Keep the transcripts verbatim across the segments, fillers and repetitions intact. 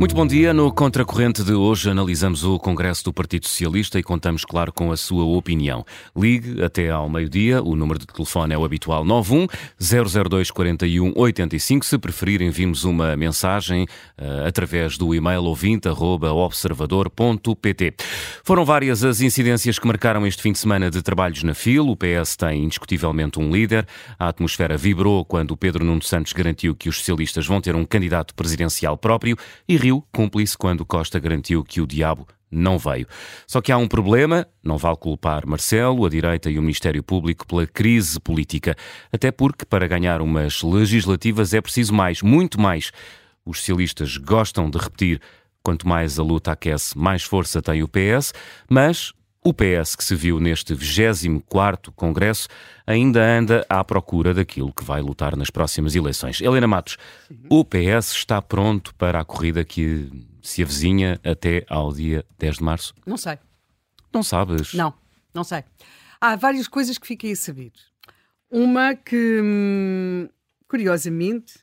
Muito bom dia. No Contracorrente de hoje analisamos o Congresso do Partido Socialista e contamos, claro, com a sua opinião. Ligue até ao meio-dia. O número de telefone é o habitual nove um zero zero dois quatro um oito cinco. Se preferir, envie-nos uma mensagem uh, através do e-mail ouvinte arroba observador ponto pt. Foram várias as incidências que marcaram este fim de semana de trabalhos na fila. O P S tem indiscutivelmente um líder. A atmosfera vibrou quando Pedro Nuno Santos garantiu que os socialistas vão ter um candidato presidencial próprio e riu cúmplice quando Costa garantiu que o diabo não veio. Só que há um problema, não vale culpar Marcelo, a direita e o Ministério Público pela crise política, até porque para ganhar umas legislativas é preciso mais, muito mais. Os socialistas gostam de repetir, quanto mais a luta aquece, mais força tem o P S, mas o P S que se viu neste vigésimo quarto Congresso ainda anda à procura daquilo que vai lutar nas próximas eleições. Helena Matos, Sim. O P S está pronto para a corrida que se avizinha até ao dia dez de março? Não sei. Não sabes? Não, não sei. Há várias coisas que fiquei a saber. Uma que, hum, curiosamente,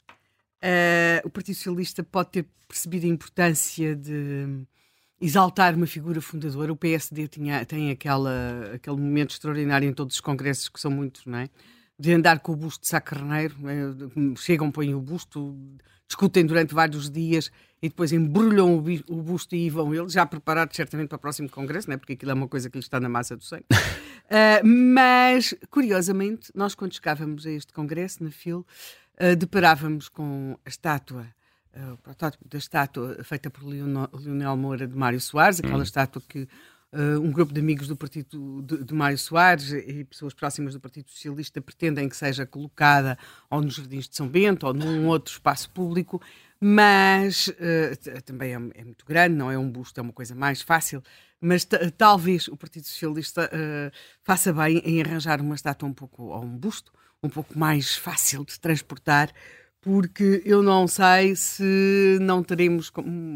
uh, o Partido Socialista pode ter percebido a importância de exaltar uma figura fundadora. O P S D tinha, tem aquela, aquele momento extraordinário em todos os congressos, que são muitos, não é? De andar com o busto de Sá Carneiro, é? Chegam, põem o busto, discutem durante vários dias e depois embrulham o, o busto e vão eles, já preparados certamente para o próximo congresso, não é? Porque aquilo é uma coisa que lhes está na massa do sangue. uh, mas, curiosamente, nós quando chegávamos a este congresso, na fila, uh, deparávamos com a estátua, Uh, o protótipo da estátua feita por Leonel Moura de Mário Soares, aquela hum. estátua que uh, um grupo de amigos do partido de, de Mário Soares e pessoas próximas do Partido Socialista pretendem que seja colocada ou nos Jardins de São Bento ou num outro espaço público, mas uh, também é, é muito grande, não é um busto, é uma coisa mais fácil, mas t- talvez o Partido Socialista uh, faça bem em arranjar uma estátua um pouco, ou um busto, um pouco mais fácil de transportar, porque eu não sei se não teremos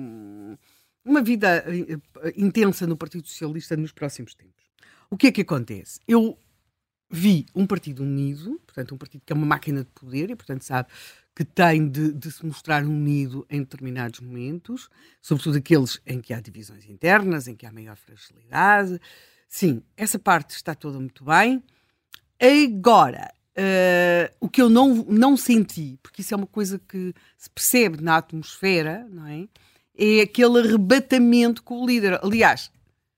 uma vida intensa no Partido Socialista nos próximos tempos. O que é que acontece? Eu vi um partido unido, portanto um partido que é uma máquina de poder e, portanto, sabe que tem de, de se mostrar unido em determinados momentos, sobretudo aqueles em que há divisões internas, em que há maior fragilidade. Sim, essa parte está toda muito bem. Agora, Uh, o que eu não, não senti, porque isso é uma coisa que se percebe na atmosfera, não é? É aquele arrebatamento com o líder. Aliás,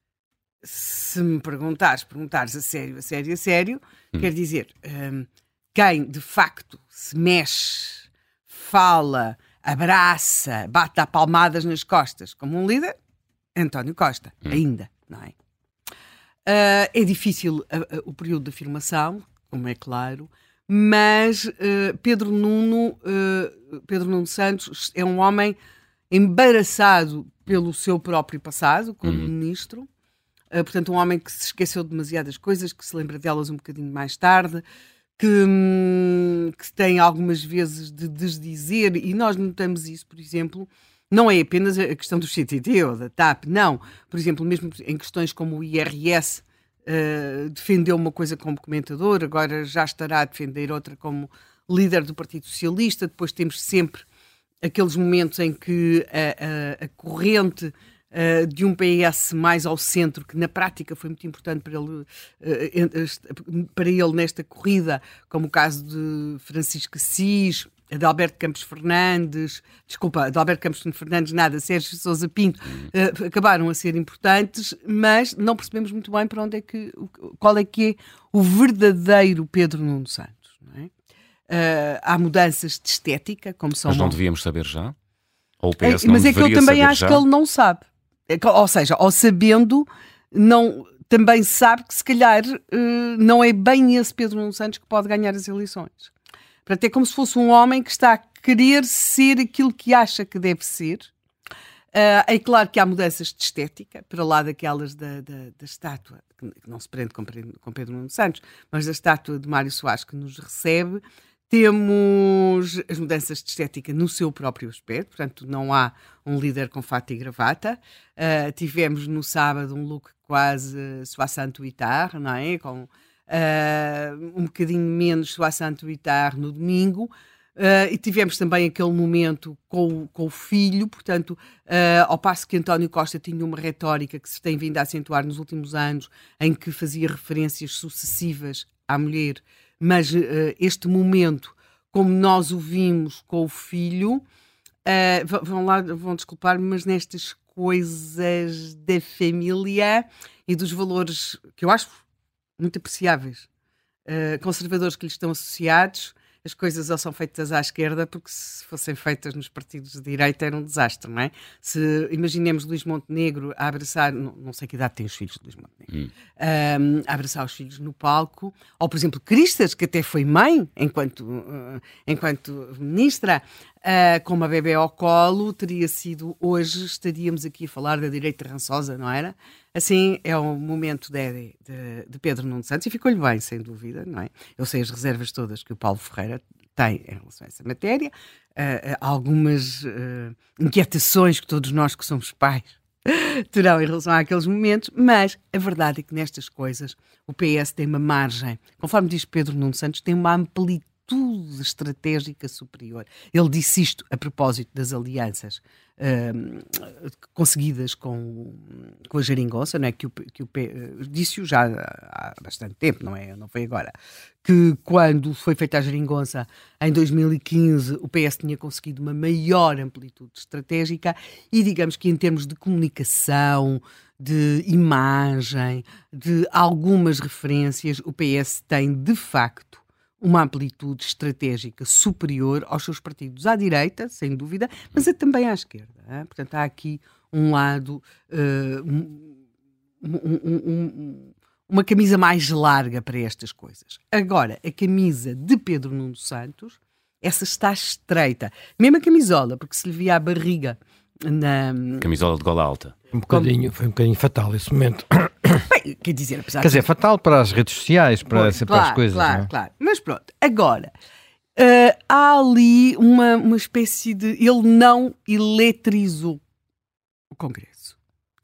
se me perguntares, perguntares a sério, a sério, a sério, hum. quer dizer, um, quem de facto se mexe, fala, abraça, bate a palmadas nas costas como um líder, António Costa, hum. ainda, não é? Uh, é difícil uh, uh, o período de afirmação, como é claro, mas uh, Pedro Nuno, uh, Pedro Nuno Santos é um homem embaraçado pelo seu próprio passado como uhum. ministro, uh, portanto um homem que se esqueceu de demasiadas coisas, que se lembra delas um bocadinho mais tarde, que, hum, que tem algumas vezes de desdizer, e nós notamos isso, por exemplo, não é apenas a questão do C T T ou da T A P, não, por exemplo, mesmo em questões como o I R S, Uh, defendeu uma coisa como comentador, agora já estará a defender outra como líder do Partido Socialista. Depois temos sempre aqueles momentos em que a, a, a corrente uh, de um P S mais ao centro, que na prática foi muito importante para ele, uh, para ele nesta corrida, como o caso de Francisco Assis, de Alberto Campos Fernandes, desculpa, de Alberto Campos Fernandes, nada, Sérgio Sousa Pinto, uh, acabaram a ser importantes, mas não percebemos muito bem para onde é que, qual é que é o verdadeiro Pedro Nuno Santos, não é? Uh, há mudanças de estética, como são... Mas não devíamos saber já? Ou o P S é, não mas é que eu também acho já? que ele não sabe. É que, ou seja, ou sabendo, não, também sabe que se calhar uh, não é bem esse Pedro Nuno Santos que pode ganhar as eleições. Portanto, é como se fosse um homem que está a querer ser aquilo que acha que deve ser. Uh, é claro que há mudanças de estética, para lá daquelas da, da, da estátua, que não se prende com, com Pedro Nuno Santos, mas da estátua de Mário Soares que nos recebe. Temos as mudanças de estética no seu próprio aspecto, portanto não há um líder com fato e gravata. Uh, tivemos no sábado um look quase soixante oitard, não é? Com... Uh, um bocadinho menos soixante oitard no domingo, Uh, e tivemos também aquele momento com, com o filho, portanto, uh, ao passo que António Costa tinha uma retórica que se tem vindo a acentuar nos últimos anos, em que fazia referências sucessivas à mulher, mas uh, este momento, como nós o vimos com o filho, uh, vão lá, vão desculpar-me, mas nestas coisas da família e dos valores que eu acho muito apreciáveis, uh, conservadores que lhes estão associados, as coisas ou são feitas à esquerda, porque se fossem feitas nos partidos de direita era um desastre, não é? Se imaginemos Luís Montenegro a abraçar, não, não sei que idade tem os filhos de Luís Montenegro, hum. um, a abraçar os filhos no palco, ou por exemplo Cristas, que até foi mãe enquanto, uh, enquanto ministra, uh, com uma bebê ao colo, teria sido, hoje estaríamos aqui a falar da direita rançosa, não era? Assim, é o momento de, de, de Pedro Nuno Santos, e ficou-lhe bem, sem dúvida, não é? Eu sei as reservas todas que o Paulo Ferreira tem em relação a essa matéria, uh, algumas uh, inquietações que todos nós que somos pais terão em relação àqueles momentos, mas a verdade é que nestas coisas o P S tem uma margem, conforme diz Pedro Nuno Santos, tem uma amplitude estratégica superior. Ele disse isto a propósito das alianças uh, conseguidas com, com a Geringonça, não é? Que o, que o, uh, disse-o já há, há bastante tempo, não é? Não foi agora. Que quando foi feita a Geringonça em dois mil e quinze, o P S tinha conseguido uma maior amplitude estratégica e digamos que em termos de comunicação, de imagem, de algumas referências, o P S tem de facto uma amplitude estratégica superior aos seus partidos à direita, sem dúvida, mas é também à esquerda. Hein? Portanto, há aqui um lado, uh, um, um, um, uma camisa mais larga para estas coisas. Agora, a camisa de Pedro Nuno Santos, essa está estreita. Mesmo a camisola, porque se lhe via a barriga na... Camisola de gola alta. Um bocadinho, foi um bocadinho fatal esse momento. Bem, quer dizer, apesar Quer dizer, de... fatal para as redes sociais, para, Pois, para claro, as coisas. Claro, não é? claro. Mas pronto, agora, uh, há ali uma, uma espécie de... Ele não eletrizou o Congresso.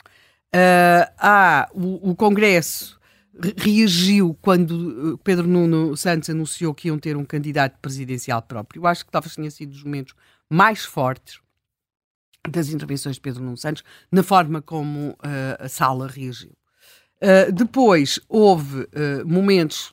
Uh, há, o, o Congresso re- reagiu quando Pedro Nuno Santos anunciou que iam ter um candidato presidencial próprio. Eu acho que talvez tenha sido dos momentos mais fortes das intervenções de Pedro Nuno Santos, na forma como uh, a sala reagiu. Uh, depois houve uh, momentos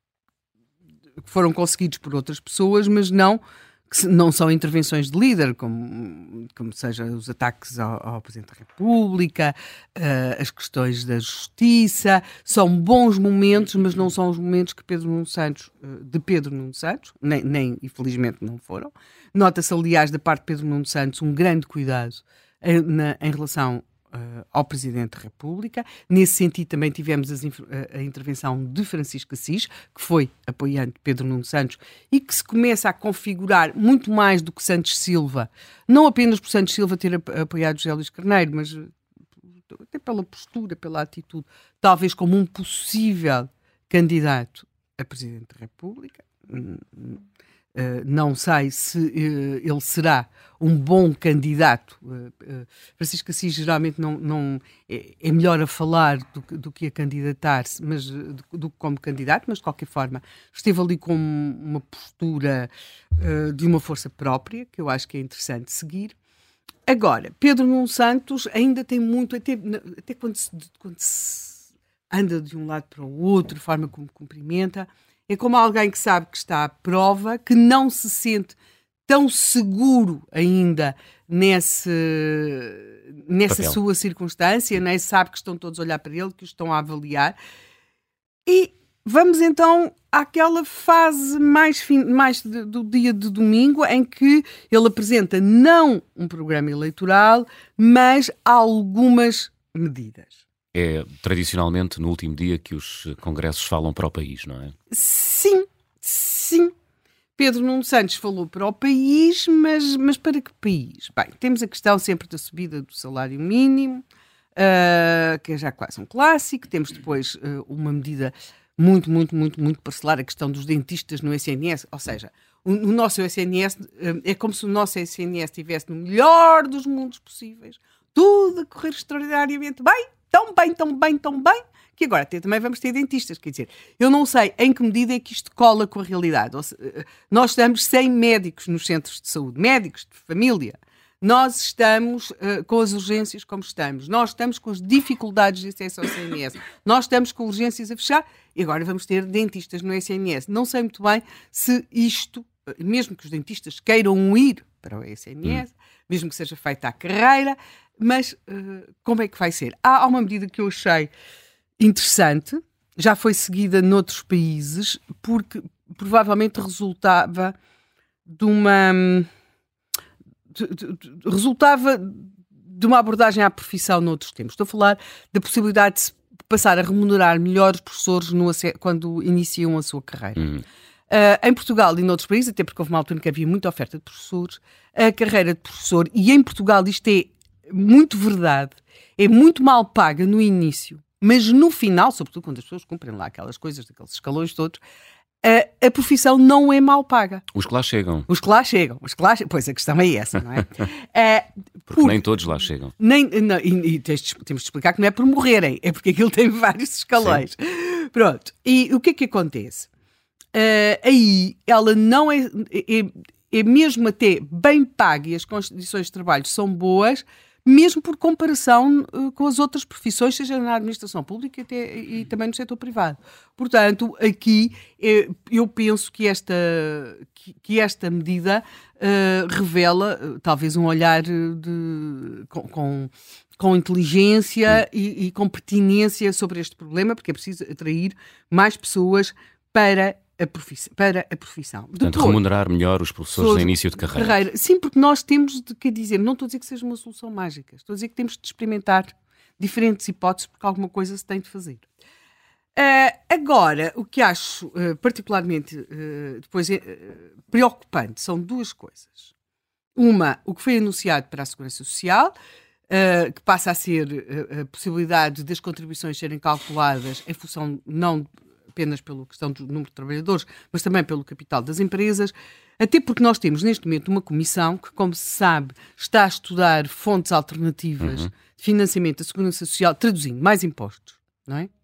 que foram conseguidos por outras pessoas, mas não, que se, não são intervenções de líder, como, como seja os ataques ao, ao Presidente da República, uh, as questões da justiça. São bons momentos, mas não são os momentos que Pedro Nuno Santos, uh, de Pedro Nuno Santos, nem, nem infelizmente não foram. Nota-se, aliás, da parte de Pedro Nuno Santos, um grande cuidado em, na, em relação uh, ao Presidente da República. Nesse sentido, também tivemos as, a, a intervenção de Francisco Assis, que foi apoiante de Pedro Nuno Santos e que se começa a configurar muito mais do que Santos Silva, não apenas por Santos Silva ter apoiado José Luís Carneiro, mas até pela postura, pela atitude, talvez como um possível candidato a Presidente da República. Uh, não sei se uh, ele será um bom candidato. Uh, uh, Francisco Assis geralmente não, não é, é melhor a falar do que, do que a candidatar-se, mas do, do que como candidato, mas de qualquer forma esteve ali com uma postura uh, de uma força própria, que eu acho que é interessante seguir. Agora, Pedro Nuno Santos ainda tem muito, até, até quando, se, quando se anda de um lado para o outro, a forma como cumprimenta, é como alguém que sabe que está à prova, que não se sente tão seguro ainda nesse, nessa Papel. sua circunstância, né? Sabe que estão todos a olhar para ele, que o estão a avaliar. E vamos então àquela fase mais, fin- mais de, do dia de domingo, em que ele apresenta não um programa eleitoral, mas algumas medidas. É tradicionalmente no último dia que os congressos falam para o país, não é? Sim, sim. Pedro Nuno Santos falou para o país, mas, mas para que país? Bem, temos a questão sempre da subida do salário mínimo, uh, que é já quase um clássico. Temos depois uh, uma medida muito, muito, muito, muito parcelar, a questão dos dentistas no S N S. Ou seja, o, o nosso S N S uh, é como se o nosso S N S estivesse no melhor dos mundos possíveis. Tudo a correr extraordinariamente bem. Tão bem, tão bem, tão bem, que agora até também vamos ter dentistas. Quer dizer, eu não sei em que medida é que isto cola com a realidade. Ou se, nós estamos sem médicos nos centros de saúde, médicos de família. Nós estamos uh, com as urgências como estamos. Nós estamos com as dificuldades de acesso ao S N S. Nós estamos com urgências a fechar e agora vamos ter dentistas no S N S. Não sei muito bem se isto, mesmo que os dentistas queiram ir para o S N S, hum. mesmo que seja feita a carreira, mas uh, como é que vai ser? Há, há uma medida que eu achei interessante, já foi seguida noutros países, porque provavelmente resultava de uma... De, de, de, resultava de uma abordagem à profissão noutros tempos. Estou a falar da possibilidade de se passar a remunerar melhor os professores no, quando iniciam a sua carreira. Hum. Uh, em Portugal e noutros países, até porque houve uma altura em que havia muita oferta de professores, a carreira de professor, e em Portugal isto é muito verdade, é muito mal paga no início, mas no final, sobretudo quando as pessoas cumprem lá aquelas coisas, aqueles escalões todos, A, a profissão não é mal paga. Os que lá chegam. Os que lá chegam. Os que lá che... Pois, a questão é essa, não é? é porque, porque nem todos lá chegam. Nem, não, e, e temos de explicar que não é por morrerem, é porque aquilo tem vários escalões. Sim. Pronto. E o que é que acontece? Uh, aí, ela não é, é... É mesmo até bem paga e as condições de trabalho são boas, mesmo por comparação uh, com as outras profissões, seja na administração pública e, até, e também no setor privado. Portanto, aqui eh, eu penso que esta, que, que esta medida uh, revela uh, talvez um olhar de, com, com, com inteligência e, e com pertinência sobre este problema, porque é preciso atrair mais pessoas para a profissão. Para a profissão. Portanto, depois, remunerar melhor os professores no início de carreira. carreira. Sim, porque nós temos de, quer dizer, não estou a dizer que seja uma solução mágica, estou a dizer que temos de experimentar diferentes hipóteses porque alguma coisa se tem de fazer. Uh, agora, o que acho uh, particularmente uh, depois uh, preocupante são duas coisas. Uma, o que foi anunciado para a Segurança Social, uh, que passa a ser uh, a possibilidade das contribuições serem calculadas em função não apenas pela questão do número de trabalhadores, mas também pelo capital das empresas, até porque nós temos neste momento uma comissão que, como se sabe, está a estudar fontes alternativas uhum. de financiamento da Segurança Social, traduzindo mais impostos, não é?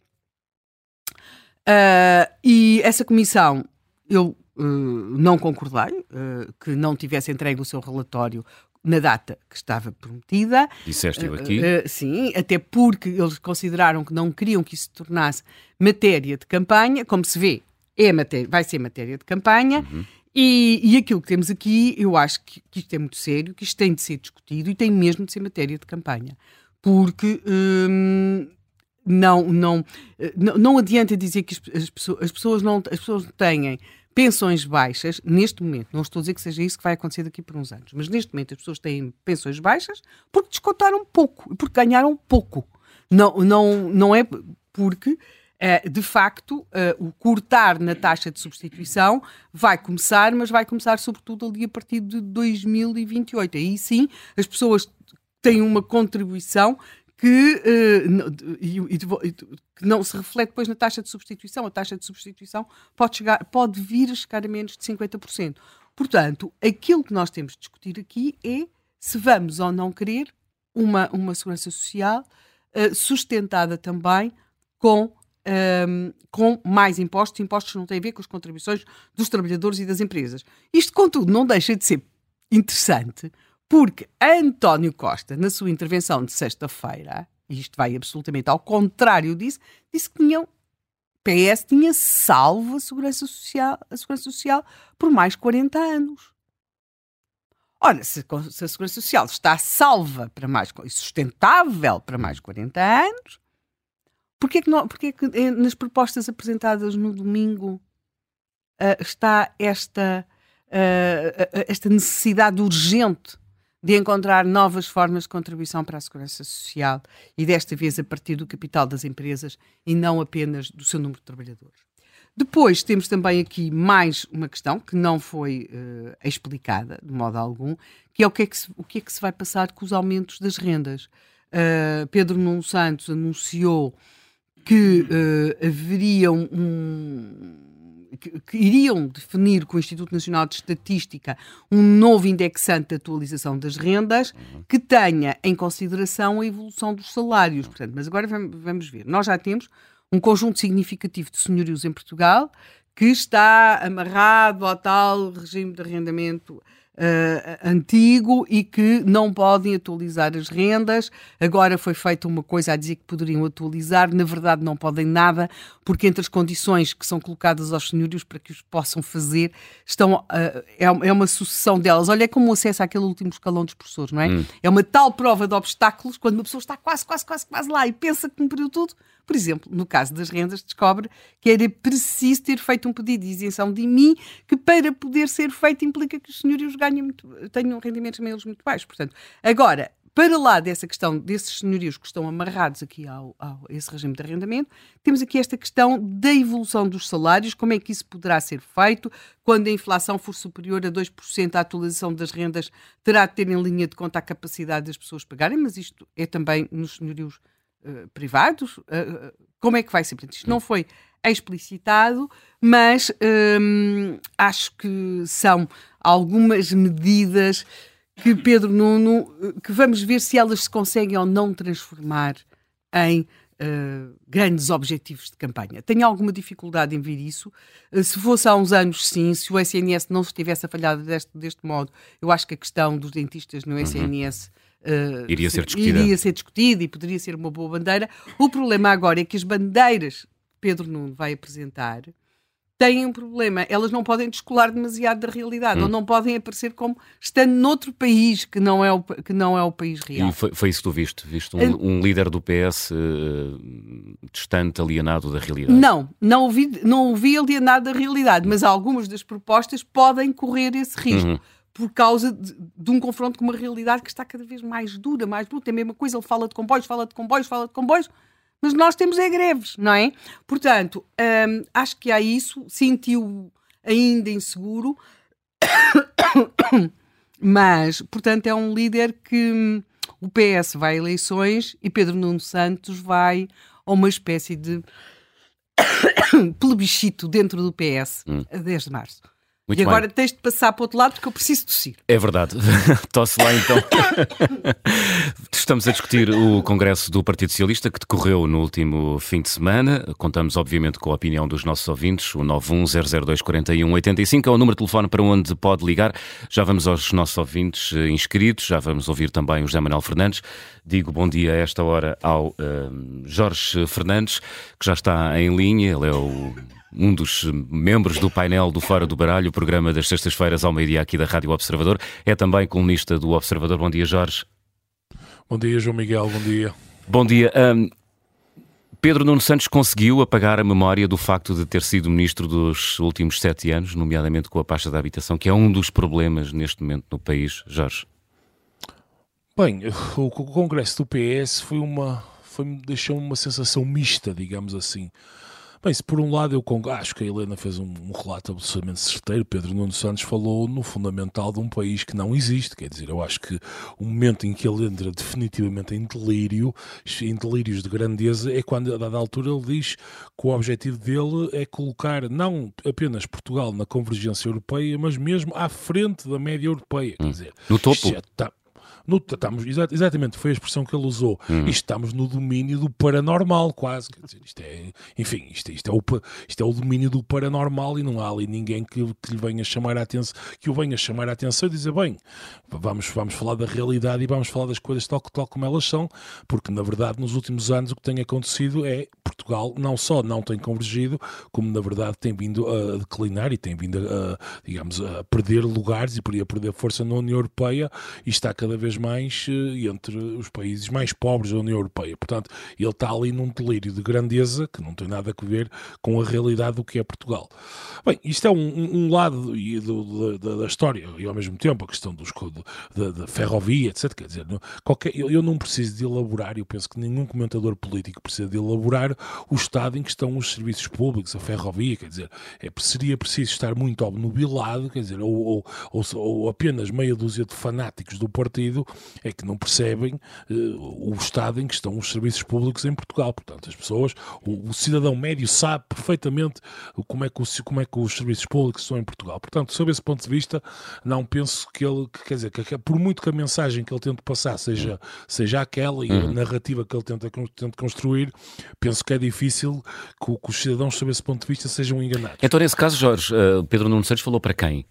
Uh, e essa comissão, eu uh, não concordei uh, que não tivesse entregue o seu relatório na data que estava prometida. Disseste-o aqui. Uh, uh, sim, até porque eles consideraram que não queriam que isso se tornasse matéria de campanha. Como se vê, é matéria, vai ser matéria de campanha. Uhum. E, e aquilo que temos aqui, eu acho que, que isto é muito sério, que isto tem de ser discutido e tem mesmo de ser matéria de campanha. Porque hum, não, não, não, não adianta dizer que as, as, pessoas, as, pessoas não, as pessoas têm pensões baixas, neste momento, não estou a dizer que seja isso que vai acontecer daqui por uns anos, mas neste momento as pessoas têm pensões baixas porque descontaram pouco, porque ganharam pouco. Não, não, não é porque, uh, de facto, uh, o cortar na taxa de substituição vai começar, mas vai começar sobretudo ali a partir de dois mil e vinte e oito. Aí sim, as pessoas têm uma contribuição que, uh, e, e, e, que não se reflete depois na taxa de substituição. A taxa de substituição pode, chegar, pode vir a chegar a menos de cinquenta por cento. Portanto, aquilo que nós temos de discutir aqui é se vamos ou não querer uma, uma segurança social uh, sustentada também com, um, com mais impostos. Impostos não têm a ver com as contribuições dos trabalhadores e das empresas. Isto, contudo, não deixa de ser interessante, porque António Costa, na sua intervenção de sexta-feira, e isto vai absolutamente ao contrário disso, disse que tinham, P S tinha salvo a Segurança Social, a Segurança Social por mais quarenta anos. Ora, se, se a Segurança Social está salva para mais, e sustentável para mais quarenta anos, porquê é que, não, porquê é que nas propostas apresentadas no domingo uh, está esta, uh, esta necessidade urgente de encontrar novas formas de contribuição para a Segurança Social e desta vez a partir do capital das empresas e não apenas do seu número de trabalhadores. Depois temos também aqui mais uma questão que não foi uh, explicada de modo algum, que é o que é que se, o que é que se vai passar com os aumentos das rendas. Uh, Pedro Nuno Santos anunciou que uh, haveria um... um Que, que iriam definir com o Instituto Nacional de Estatística um novo indexante de atualização das rendas que tenha em consideração a evolução dos salários. Portanto, mas agora vamos, vamos ver. Nós já temos um conjunto significativo de senhorios em Portugal que está amarrado ao tal regime de arrendamento Uh, antigo e que não podem atualizar as rendas. Agora foi feita uma coisa a dizer que poderiam atualizar, na verdade não podem nada, porque entre as condições que são colocadas aos senhorios para que os possam fazer, estão, uh, é, é uma sucessão delas. Olha, é como o acesso àquele último escalão dos professores, não é? Hum. É uma tal prova de obstáculos, quando uma pessoa está quase, quase, quase, quase lá e pensa que cumpriu tudo. Por exemplo, no caso das rendas, descobre que era preciso ter feito um pedido de isenção de I M I, que para poder ser feito implica que os senhorios ganhem muito, tenham rendimentos meios muito baixos. Portanto, agora, para lá dessa questão desses senhorios que estão amarrados aqui ao, ao esse regime de arrendamento, temos aqui esta questão da evolução dos salários, como é que isso poderá ser feito, quando a inflação for superior a dois por cento, a atualização das rendas terá de ter em linha de conta a capacidade das pessoas pagarem, mas isto é também nos senhorios Uh, privados, uh, como é que vai ser? Portanto, isto não foi explicitado, mas um, acho que são algumas medidas que Pedro Nuno, que vamos ver se elas se conseguem ou não transformar em uh, grandes objetivos de campanha. Tenho alguma dificuldade em ver isso. Uh, se fosse há uns anos, sim, se o S N S não estivesse a falhar deste, deste modo, eu acho que a questão dos dentistas no S N S Uh, iria ser discutida. Iria ser discutida e poderia ser uma boa bandeira. O problema agora é que as bandeiras que Pedro Nuno vai apresentar têm um problema. Elas não podem descolar demasiado da realidade, hum. ou não podem aparecer como estando noutro país que não é o, que não é o país real. E foi, foi isso que tu viste? Viste um, uh, um líder do P S uh, distante, alienado da realidade? Não, não ouvi, não ouvi alienado da realidade, mas algumas das propostas podem correr esse risco. Uhum. Por causa de, de um confronto com uma realidade que está cada vez mais dura, mais bruta. É a mesma coisa, ele fala de comboios, fala de comboios, fala de comboios, mas nós temos é greves, não é? Portanto, hum, acho que há isso, sentiu ainda inseguro, mas, portanto, é um líder que hum, o P S vai a eleições e Pedro Nuno Santos vai a uma espécie de plebiscito dentro do P S hum. a dez de março. Muito e agora bem. Tens de passar para o outro lado porque eu preciso tossir. É verdade. Tosse lá então. Estamos a discutir o Congresso do Partido Socialista que decorreu no último fim de semana. Contamos obviamente com a opinião dos nossos ouvintes. O nove um zero zero dois quatro um oito cinco é o número de telefone para onde pode ligar. Já vamos aos nossos ouvintes inscritos. Já vamos ouvir também o José Manuel Fernandes. Digo bom dia a esta hora ao uh, Jorge Fernandes, que já está em linha. Ele é o... um dos membros do painel do Fora do Baralho, o programa das sextas-feiras ao meio-dia aqui da Rádio Observador. É também colunista do Observador. Bom dia, Jorge. Bom dia, João Miguel. Bom dia. Bom dia. Um, Pedro Nuno Santos conseguiu apagar a memória do facto de ter sido ministro dos últimos sete anos, nomeadamente com a pasta da habitação, que é um dos problemas neste momento no país. Jorge. Bem, o, o Congresso do P S foi uma, foi, deixou uma sensação mista, digamos assim. Bem, se por um lado eu acho que a Helena fez um, um relato absolutamente certeiro, Pedro Nuno Santos falou no fundamental de um país que não existe, quer dizer, eu acho que o momento em que ele entra definitivamente em delírio, em delírios de grandeza, é quando a dada altura ele diz que o objetivo dele é colocar não apenas Portugal na convergência europeia, mas mesmo à frente da média europeia, quer dizer... No topo? No, estamos, exatamente, foi a expressão que ele usou. Hum. Isto estamos no domínio do paranormal, quase. Quer dizer, isto é, enfim, isto, isto, é o, isto é o domínio do paranormal e não há ali ninguém que, que lhe venha chamar a atenção, que o venha chamar a atenção e dizer, bem, vamos, vamos falar da realidade e vamos falar das coisas tal, tal como elas são, porque na verdade nos últimos anos o que tem acontecido é Portugal não só não tem convergido, como na verdade tem vindo a declinar e tem vindo a, digamos, a perder lugares e a perder força na União Europeia e está cada vez mais entre os países mais pobres da União Europeia. Portanto, ele está ali num delírio de grandeza que não tem nada a ver com a realidade do que é Portugal. Bem, isto é um, um, um lado do, da, da história e ao mesmo tempo a questão dos, da, da ferrovia, etcétera. Quer dizer, não, qualquer, eu, eu não preciso de elaborar, eu penso que nenhum comentador político precisa de elaborar o estado em que estão os serviços públicos, a ferrovia, quer dizer, é, seria preciso estar muito obnubilado, quer dizer, ou, ou, ou, ou apenas meia dúzia de fanáticos do partido sentido é que não percebem uh, o estado em que estão os serviços públicos em Portugal. Portanto, as pessoas, o, o cidadão médio sabe perfeitamente como é, que o, como é que os serviços públicos estão em Portugal. Portanto, sob esse ponto de vista, não penso que ele, que, quer dizer, que, por muito que a mensagem que ele tente passar seja, seja aquela e uhum. a narrativa que ele tenta, tenta construir, penso que é difícil que, que os cidadãos, sob esse ponto de vista, sejam enganados. Então, nesse caso, Jorge, uh, Pedro Nuno Santos falou para quem?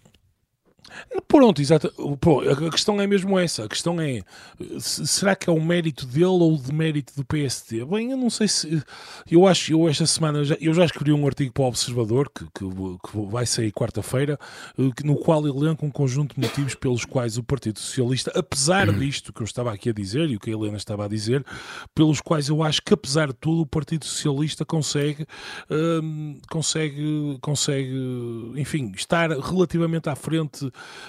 Pronto, exato. Pô, a questão é mesmo essa. A questão é, será que é o mérito dele ou o demérito do P S D? Bem, eu não sei se... Eu acho, eu esta semana, já, eu já escrevi um artigo para o Observador, que, que, que vai sair quarta-feira, no qual elenca um conjunto de motivos pelos quais o Partido Socialista, apesar disto que eu estava aqui a dizer, e o que a Helena estava a dizer, pelos quais eu acho que, apesar de tudo, o Partido Socialista consegue, hum, consegue, consegue, enfim, estar relativamente à frente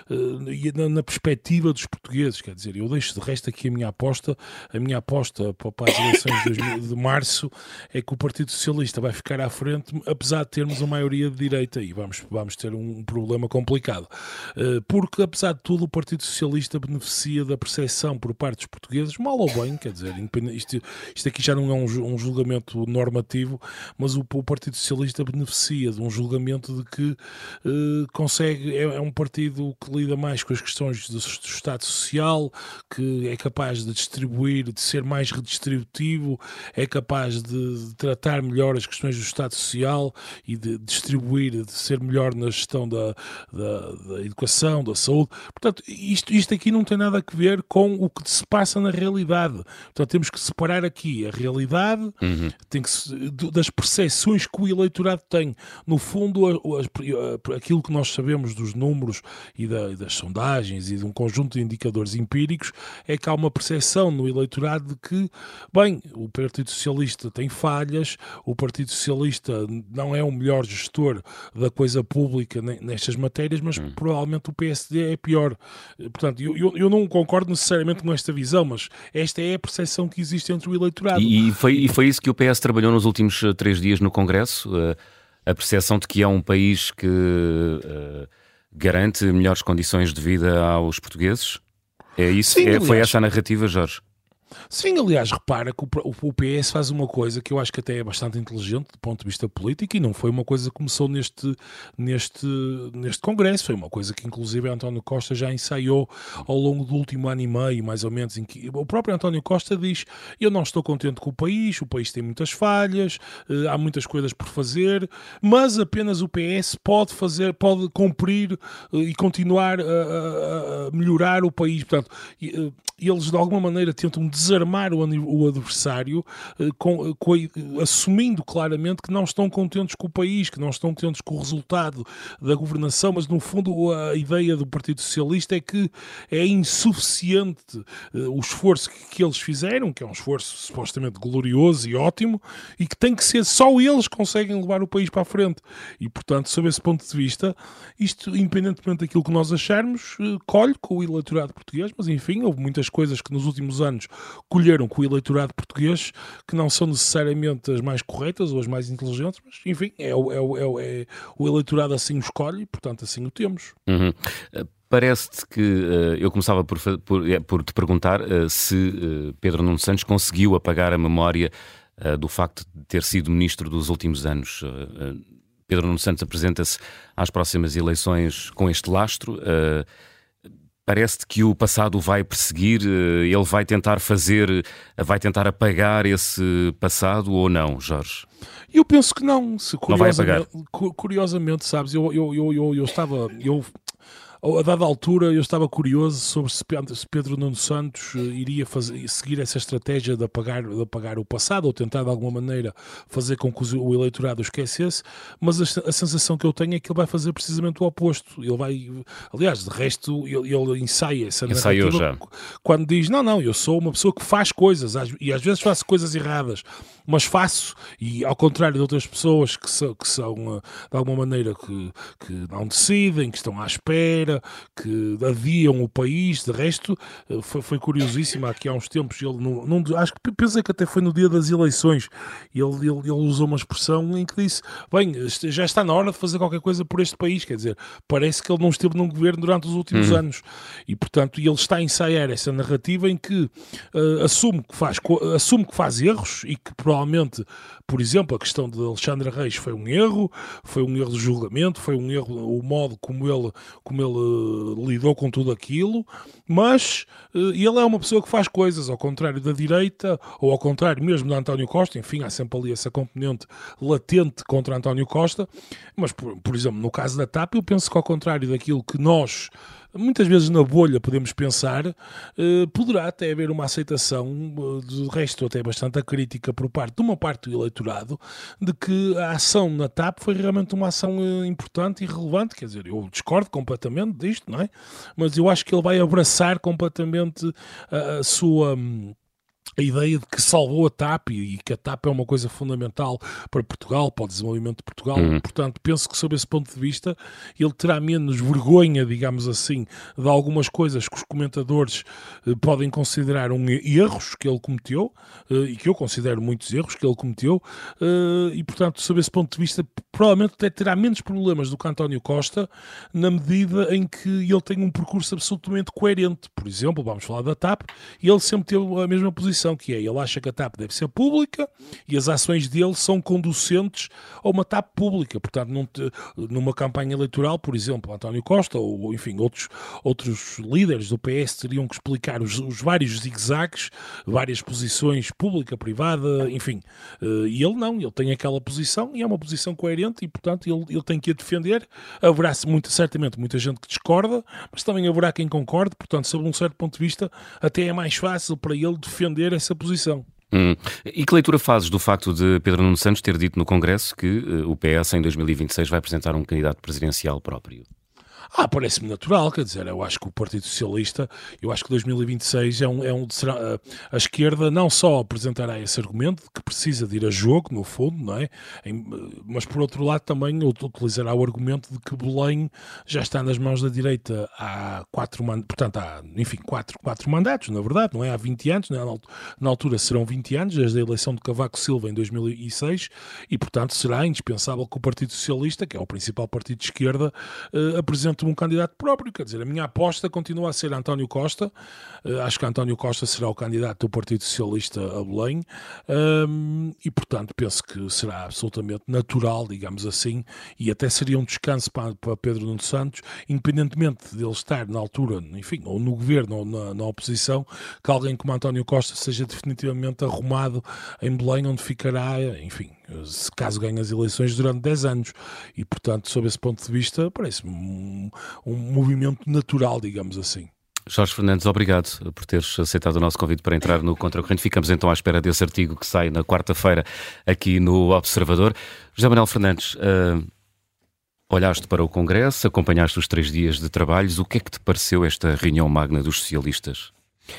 uh, na, na perspectiva dos portugueses. Quer dizer, eu deixo de resto aqui a minha aposta, a minha aposta para as eleições de, dois mil, de março é que o Partido Socialista vai ficar à frente, apesar de termos a maioria de direita, e vamos, vamos ter um problema complicado. Uh, porque, apesar de tudo, o Partido Socialista beneficia da percepção por parte dos portugueses, mal ou bem, quer dizer, isto, isto aqui já não é um, um julgamento normativo, mas o, o Partido Socialista beneficia de um julgamento de que uh, consegue, é, é um partido que lida mais com as questões do, do Estado Social, que é capaz de distribuir, de ser mais redistributivo, é capaz de, de tratar melhor as questões do Estado Social e de distribuir, de ser melhor na gestão da, da, da educação, da saúde. Portanto, isto, isto aqui não tem nada a ver com o que se passa na realidade. Portanto, temos que separar aqui a realidade uhum. tem que, das percepções que o eleitorado tem. No fundo, a, a, a, aquilo que nós sabemos dos números e, da, e das sondagens e de um conjunto de indicadores empíricos é que há uma percepção no eleitorado de que, bem, o Partido Socialista tem falhas, o Partido Socialista não é o melhor gestor da coisa pública nestas matérias, mas uhum. provavelmente o P S D é pior. Portanto, eu, eu, eu não concordo necessariamente com esta visão, mas esta é a percepção que existe entre o eleitorado. E, e, foi, e foi isso que o P S trabalhou nos últimos três dias no Congresso? Uh, a percepção de que é um país que uh, garante melhores condições de vida aos portugueses? É isso? Sim, é, aliás, foi essa a narrativa, Jorge? Sim, aliás, repara que o, o P S faz uma coisa que eu acho que até é bastante inteligente do ponto de vista político e não foi uma coisa que começou neste, neste, neste Congresso, foi uma coisa que inclusive António Costa já ensaiou ao longo do último ano e meio, mais ou menos, em que o próprio António Costa diz: eu não estou contente com o país, o país tem muitas falhas, há muitas coisas por fazer, mas apenas o P S pode fazer, pode cumprir e continuar a, a, a melhorar o país. Portanto, eles de alguma maneira tentam desarmar o, o adversário, eh, com, com, assumindo claramente que não estão contentes com o país, que não estão contentes com o resultado da governação, mas no fundo a ideia do Partido Socialista é que é insuficiente eh, o esforço que, que eles fizeram, que é um esforço supostamente glorioso e ótimo, e que tem que ser, só eles conseguem levar o país para a frente. E, portanto, sob esse ponto de vista, isto, independentemente daquilo que nós acharmos, eh, colhe com o eleitorado português, mas enfim, houve muitas coisas que nos últimos anos colheram com o eleitorado português que não são necessariamente as mais corretas ou as mais inteligentes, mas enfim, é, o, é, o, é, o, é o eleitorado assim o escolhe e portanto assim o temos. Uhum. Uh, Parece-te que uh, eu começava por, por, por te perguntar uh, se uh, Pedro Nuno Santos conseguiu apagar a memória uh, do facto de ter sido ministro dos últimos anos. Uh, uh, Pedro Nuno Santos apresenta-se às próximas eleições com este lastro. Uh, Parece-te que o passado o vai perseguir, ele vai tentar fazer, vai tentar apagar esse passado ou não, Jorge? Eu penso que não. Se, não vai apagar. Curiosamente, sabes, eu, eu, eu, eu, eu estava... Eu... A dada altura eu estava curioso sobre se Pedro Nuno Santos iria fazer, seguir essa estratégia de apagar, de apagar o passado ou tentar de alguma maneira fazer com que o eleitorado o esquecesse, mas a, a sensação que eu tenho é que ele vai fazer precisamente o oposto. Ele vai, aliás, de resto ele, ele ensaia essa narrativa já. Quando diz, não, não, eu sou uma pessoa que faz coisas e às vezes faço coisas erradas, mas faço, e ao contrário de outras pessoas que são, que são de alguma maneira que, que não decidem, que estão à espera, maneira, que adiam o país. De resto, foi, foi curiosíssimo. Aqui há uns tempos, ele não, não, acho que pensei que até foi no dia das eleições, ele, ele, ele usou uma expressão em que disse: bem, já está na hora de fazer qualquer coisa por este país. Quer dizer, parece que ele não esteve num governo durante os últimos uhum. anos, e portanto ele está a ensaiar essa narrativa em que uh, assume, que faz, assume que faz erros, e que provavelmente, por exemplo, a questão de Alexandre Reis foi um erro, foi um erro de julgamento, foi um erro o modo como ele, como ele uh, lidou com tudo aquilo, mas uh, ele é uma pessoa que faz coisas, ao contrário da direita, ou ao contrário mesmo de António Costa. Enfim, há sempre ali essa componente latente contra António Costa, mas, por, por exemplo, no caso da T A P, eu penso que, ao contrário daquilo que nós, muitas vezes na bolha, podemos pensar, eh, poderá até haver uma aceitação, de resto até bastante crítica por parte de uma parte do eleitorado, de que a ação na T A P foi realmente uma ação eh, importante e relevante. Quer dizer, eu discordo completamente disto, não é? Mas eu acho que ele vai abraçar completamente a, a sua... a ideia de que salvou a T A P e que a T A P é uma coisa fundamental para Portugal, para o desenvolvimento de Portugal. Uhum. Portanto, penso que, sob esse ponto de vista, ele terá menos vergonha, digamos assim, de algumas coisas que os comentadores eh, podem considerar um erros que ele cometeu, eh, e que eu considero muitos erros que ele cometeu, eh, e, portanto, sob esse ponto de vista, provavelmente até terá menos problemas do que António Costa, na medida em que ele tem um percurso absolutamente coerente. Por exemplo, vamos falar da T A P, e ele sempre teve a mesma posição, que é, ele acha que a T A P deve ser pública e as ações dele são conducentes a uma T A P pública. Portanto, num, numa campanha eleitoral, por exemplo, António Costa ou, enfim, outros, outros líderes do P S teriam que explicar os, os vários zigue-zagues, várias posições, pública, privada, enfim. E ele não, ele tem aquela posição e é uma posição coerente, e, portanto, ele, ele tem que a defender. Haverá muito, certamente muita gente que discorda, mas também haverá quem concorde. Portanto, sob um certo ponto de vista, até é mais fácil para ele defender essa posição. Hum. E que leitura fazes do facto de Pedro Nuno Santos ter dito no Congresso que uh, o P S em dois mil e vinte e seis vai apresentar um candidato presidencial próprio? Ah, parece-me natural, quer dizer, eu acho que o Partido Socialista, eu acho que dois mil e vinte e seis é um, é um será, a esquerda não só apresentará esse argumento de que precisa de ir a jogo, no fundo, não é? Em, mas por outro lado também utilizará o argumento de que Belém já está nas mãos da direita há quatro mandatos, portanto há, enfim, quatro, quatro mandatos, na verdade, não é? Há vinte anos, não é? Na altura serão vinte anos, desde a eleição de Cavaco Silva em dois mil e seis, e portanto será indispensável que o Partido Socialista, que é o principal partido de esquerda, eh, apresente um candidato próprio. Quer dizer, a minha aposta continua a ser António Costa. Uh, acho que António Costa será o candidato do Partido Socialista a Belém, um, e portanto penso que será absolutamente natural, digamos assim, e até seria um descanso para, para Pedro Nuno Santos, independentemente de ele estar na altura, enfim, ou no governo ou na, na oposição, que alguém como António Costa seja definitivamente arrumado em Belém, onde ficará, enfim, se caso ganhe as eleições, durante dez anos. E, portanto, sob esse ponto de vista, parece-me um, um movimento natural, digamos assim. Jorge Fernandes, obrigado por teres aceitado o nosso convite para entrar no Contracorrente. Ficamos então à espera desse artigo que sai na quarta-feira aqui no Observador. José Manuel Fernandes, uh, olhaste para o Congresso, acompanhaste os três dias de trabalhos. O que é que te pareceu esta reunião magna dos socialistas?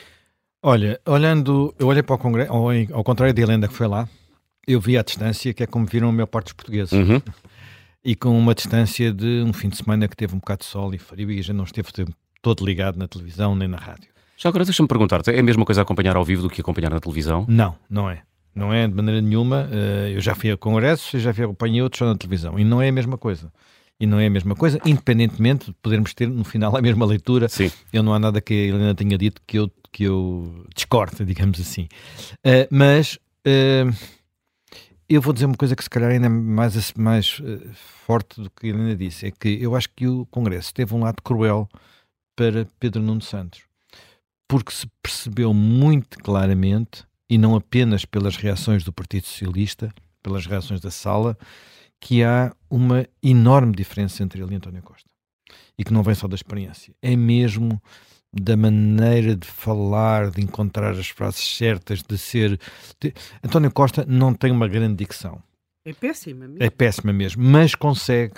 Olha, olhando, eu olhei para o Congresso, ao, ao contrário de Helena que foi lá, eu vi à distância, que é como viram a maior parte dos portugueses. Uhum. E com uma distância de um fim de semana que teve um bocado de sol e frio e já não esteve todo ligado na televisão nem na rádio. Já agora deixa-me perguntar-te, é a mesma coisa acompanhar ao vivo do que acompanhar na televisão? Não, não é. Não é de maneira nenhuma. Eu já fui a congressos, eu já fui acompanhei outros só na televisão e não é a mesma coisa. E não é a mesma coisa, independentemente de podermos ter no final a mesma leitura. Sim. Eu não há nada que a Helena tenha dito que eu, que eu discordo, digamos assim. Uh, mas... Uh, Eu vou dizer uma coisa que se calhar ainda é mais, mais uh, forte do que a Helena disse, é que eu acho que o Congresso teve um lado cruel para Pedro Nuno Santos, porque se percebeu muito claramente, e não apenas pelas reações do Partido Socialista, pelas reações da sala, que há uma enorme diferença entre ele e António Costa, e que não vem só da experiência, é mesmo da maneira de falar, de encontrar as frases certas, de ser... De... António Costa não tem uma grande dicção. É péssima mesmo. É péssima mesmo, mas consegue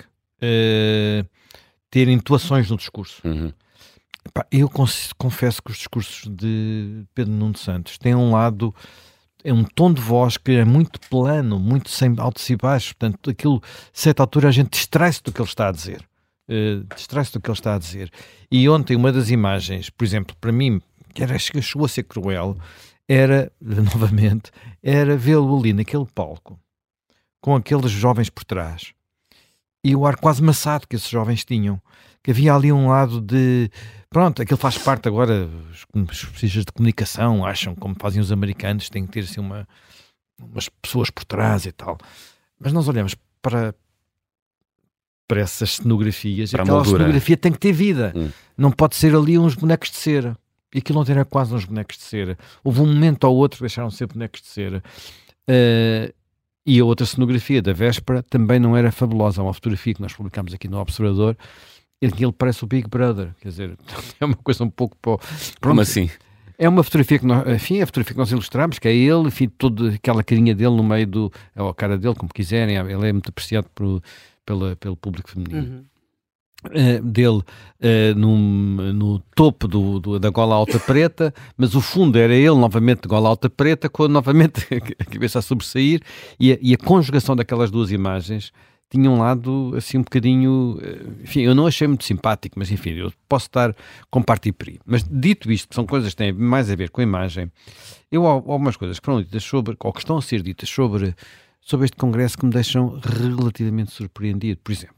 uh, ter intuações no discurso. Uhum. Epá, eu confesso que os discursos de Pedro Nuno Santos têm um lado... É um tom de voz que é muito plano, muito sem altos e baixos. Portanto, aquilo, a certa altura, a gente distrai-se do que ele está a dizer. uh, distrai-se do que ele está a dizer. E ontem uma das imagens, por exemplo, para mim, que era, chegou a ser cruel, era, novamente, era vê-lo ali naquele palco, com aqueles jovens por trás, e o ar quase maçado que esses jovens tinham, que havia ali um lado de, pronto, aquilo faz parte agora, os especialistas de comunicação acham, como fazem os americanos, tem que ter assim uma, umas pessoas por trás e tal, mas nós olhamos para para essas cenografias, para aquela cenografia tem que ter vida, hum. não pode ser ali uns bonecos de cera. E aquilo ontem era quase uns bonecos de cera. Houve um momento ou outro que deixaram de ser bonecos de cera. Uh, e a outra cenografia da véspera também não era fabulosa. Há uma fotografia que nós publicámos aqui no Observador, em que ele parece o Big Brother. Quer dizer, é uma coisa um pouco... Pô, como assim? É uma fotografia que nós, enfim, é a fotografia que nós ilustramos, que é ele, enfim, toda aquela carinha dele no meio do... ou a cara dele, como quiserem. Ele é muito apreciado por, pela, pelo público feminino. Uhum. Uh, dele uh, num, no topo do, do, da gola alta preta, mas o fundo era ele novamente de gola alta preta, com novamente a cabeça a sobressair, e a, e a conjugação daquelas duas imagens tinha um lado assim um bocadinho, enfim, eu não achei muito simpático, mas enfim, eu posso estar com parte e peri. Mas dito isto, que são coisas que têm mais a ver com a imagem, eu há algumas coisas que foram ditas sobre, ou que estão a ser ditas sobre, sobre este congresso que me deixam relativamente surpreendido. Por exemplo,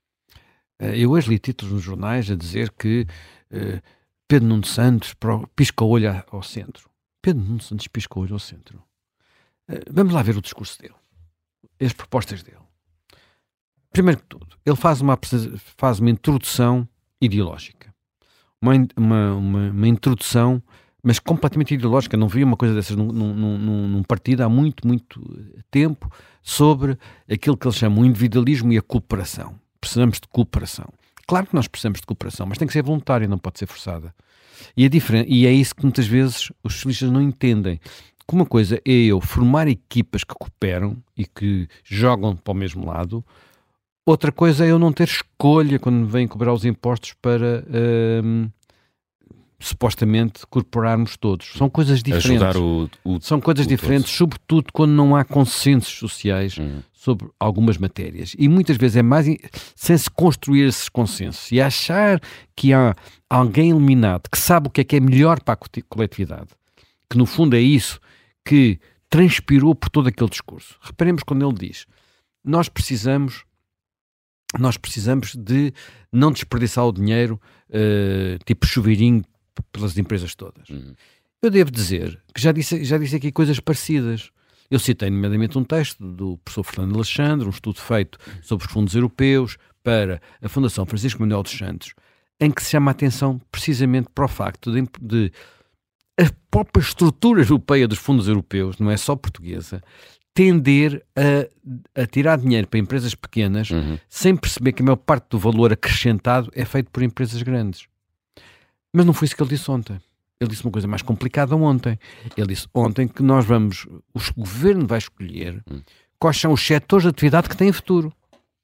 eu hoje li títulos nos jornais a dizer que uh, Pedro Nuno Santos pisca o olho ao centro. Pedro Nuno Santos pisca o olho ao centro. Uh, vamos lá ver o discurso dele, as propostas dele. Primeiro que tudo, ele faz uma, faz uma introdução ideológica. Uma, uma, uma, uma introdução, mas completamente ideológica. Não vi uma coisa dessas num, num, num, num partido há muito, muito tempo, sobre aquilo que eles chamam o individualismo e a cooperação. Precisamos de cooperação. Claro que nós precisamos de cooperação, mas tem que ser voluntária, não pode ser forçada. E é, diferente, e é isso que muitas vezes os socialistas não entendem. Que uma coisa é eu formar equipas que cooperam e que jogam para o mesmo lado, outra coisa é eu não ter escolha quando me vêm cobrar os impostos para hum, supostamente corporarmos todos. São coisas diferentes. Ajudar o, o, São coisas o diferentes, todos. Sobretudo quando não há consensos sociais hum. sobre algumas matérias. E muitas vezes é mais sem se construir esses consensos e achar que há alguém iluminado que sabe o que é que é melhor para a coletividade, que no fundo é isso que transpirou por todo aquele discurso. Reparemos quando ele diz, nós precisamos nós precisamos de não desperdiçar o dinheiro uh, tipo chuveirinho pelas empresas todas. Uhum. Eu devo dizer que já disse, já disse aqui coisas parecidas. Eu citei nomeadamente um texto do professor Fernando Alexandre, um estudo feito sobre os fundos europeus para a Fundação Francisco Manuel dos Santos, em que se chama a atenção precisamente para o facto de, de a própria estrutura europeia dos fundos europeus, não é só portuguesa, tender a, a tirar dinheiro para empresas pequenas, uhum. sem perceber que a maior parte do valor acrescentado é feito por empresas grandes. Mas não foi isso que ele disse ontem. Ele disse uma coisa mais complicada ontem. Ele disse ontem que nós vamos, o governo vai escolher uhum. quais são os setores de atividade que têm futuro.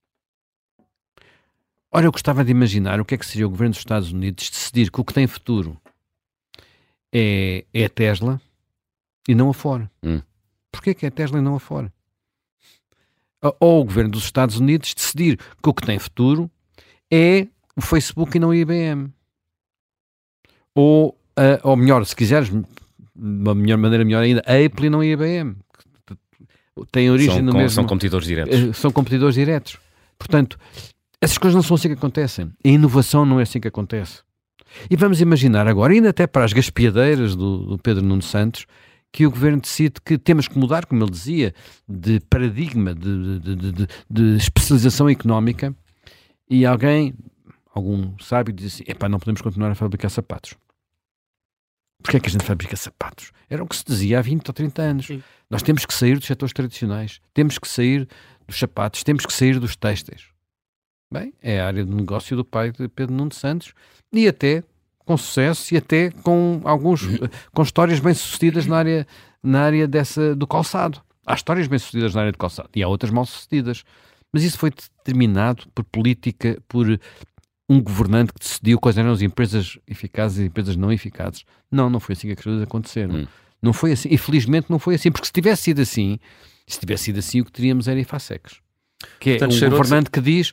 Ora, eu gostava de imaginar o que é que seria o governo dos Estados Unidos decidir que o que tem futuro é, é a Tesla e não a Ford. Uhum. Porquê que é a Tesla e não a Ford? Ou o governo dos Estados Unidos decidir que o que tem futuro é o Facebook e não a I B M. Ou, uh, ou melhor, se quiseres, de uma melhor maneira melhor ainda, a Apple e não a I B M. Tem origem são, no com, mesmo... São competidores diretos. São competidores diretos. Portanto, essas coisas não são assim que acontecem. A inovação não é assim que acontece. E vamos imaginar agora, ainda até para as gaspiadeiras do, do Pedro Nuno Santos, que o governo decide que temos que mudar, como ele dizia, de paradigma, de, de, de, de, de especialização económica, e alguém, algum sábio, diz assim, epá, não podemos continuar a fabricar sapatos. Porquê é que a gente fabrica sapatos? Era o que se dizia há vinte ou trinta anos. Sim. Nós temos que sair dos setores tradicionais, temos que sair dos sapatos, temos que sair dos têxteis. Bem, é a área de negócio do pai de Pedro Nuno Santos, e até com sucesso e até com alguns com histórias bem-sucedidas na área, na área dessa, do calçado. Há histórias bem-sucedidas na área do calçado e há outras mal-sucedidas. Mas isso foi determinado por política, por um governante que decidiu quais eram as empresas eficazes e as empresas não eficazes. Não, não foi assim que as coisas aconteceram. Hum. Não foi assim. E felizmente não foi assim, porque se tivesse sido assim, se tivesse sido assim, o que teríamos era IFASECs. Que é Portanto, um governante que diz,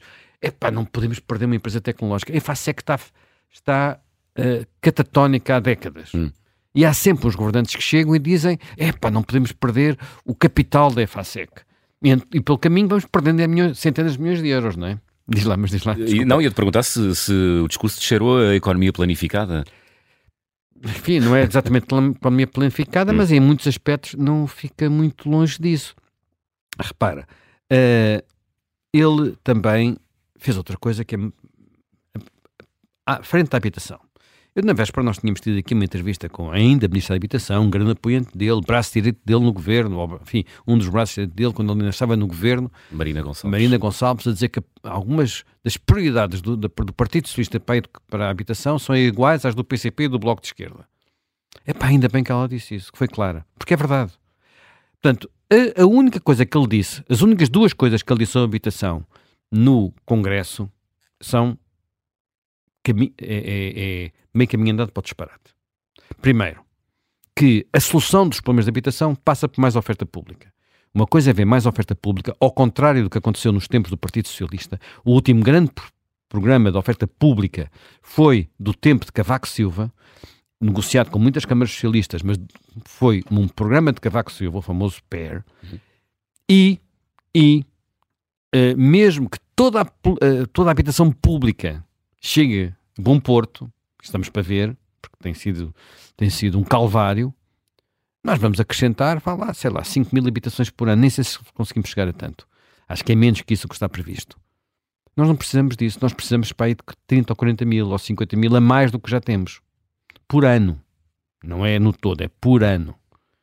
epá, não podemos perder uma empresa tecnológica. A EFASEC está, está uh, catatónica há décadas. Hum. E há sempre uns governantes que chegam e dizem, epá, não podemos perder o capital da EFASEC. E, e pelo caminho vamos perdendo milhões, centenas de milhões de euros, não é? Diz lá, mas diz lá. E, não, ia-te perguntar se, se o discurso descerou a economia planificada. Enfim, não é exatamente a economia planificada, hum. mas em muitos aspectos não fica muito longe disso. Repara, uh, ele também fez outra coisa que é à frente à habitação. Eu, na véspera, nós tínhamos tido aqui uma entrevista com ainda a Ministra da Habitação, um grande apoiante dele, braço direito dele no governo, ou, enfim, um dos braços direitos dele quando ele ainda estava no governo, Marina Gonçalves. Marina Gonçalves, a dizer que algumas das prioridades do, do Partido Socialista para a habitação são iguais às do P C P e do Bloco de Esquerda. Epá, ainda bem que ela disse isso, que foi clara, porque é verdade. Portanto, a, a única coisa que ele disse, as únicas duas coisas que ele disse sobre a habitação no Congresso são cami- é, é, é meio caminho andado para o disparate. Primeiro, que a solução dos problemas de habitação passa por mais oferta pública. Uma coisa é ver mais oferta pública, ao contrário do que aconteceu nos tempos do Partido Socialista. O último grande pr- programa de oferta pública foi do tempo de Cavaco Silva, negociado com muitas câmaras socialistas, mas foi um programa de Cavaco Silva, o famoso P E R, uhum. e, e uh, mesmo que toda a, uh, toda a habitação pública chegue a bom porto, estamos para ver, porque tem sido, tem sido um calvário, nós vamos acrescentar, vá lá, sei lá, cinco mil habitações por ano, nem sei se conseguimos chegar a tanto. Acho que é menos que isso que está previsto. Nós não precisamos disso, nós precisamos para aí de trinta ou quarenta mil ou cinquenta mil a mais do que já temos. Por ano. Não é no todo, é por ano.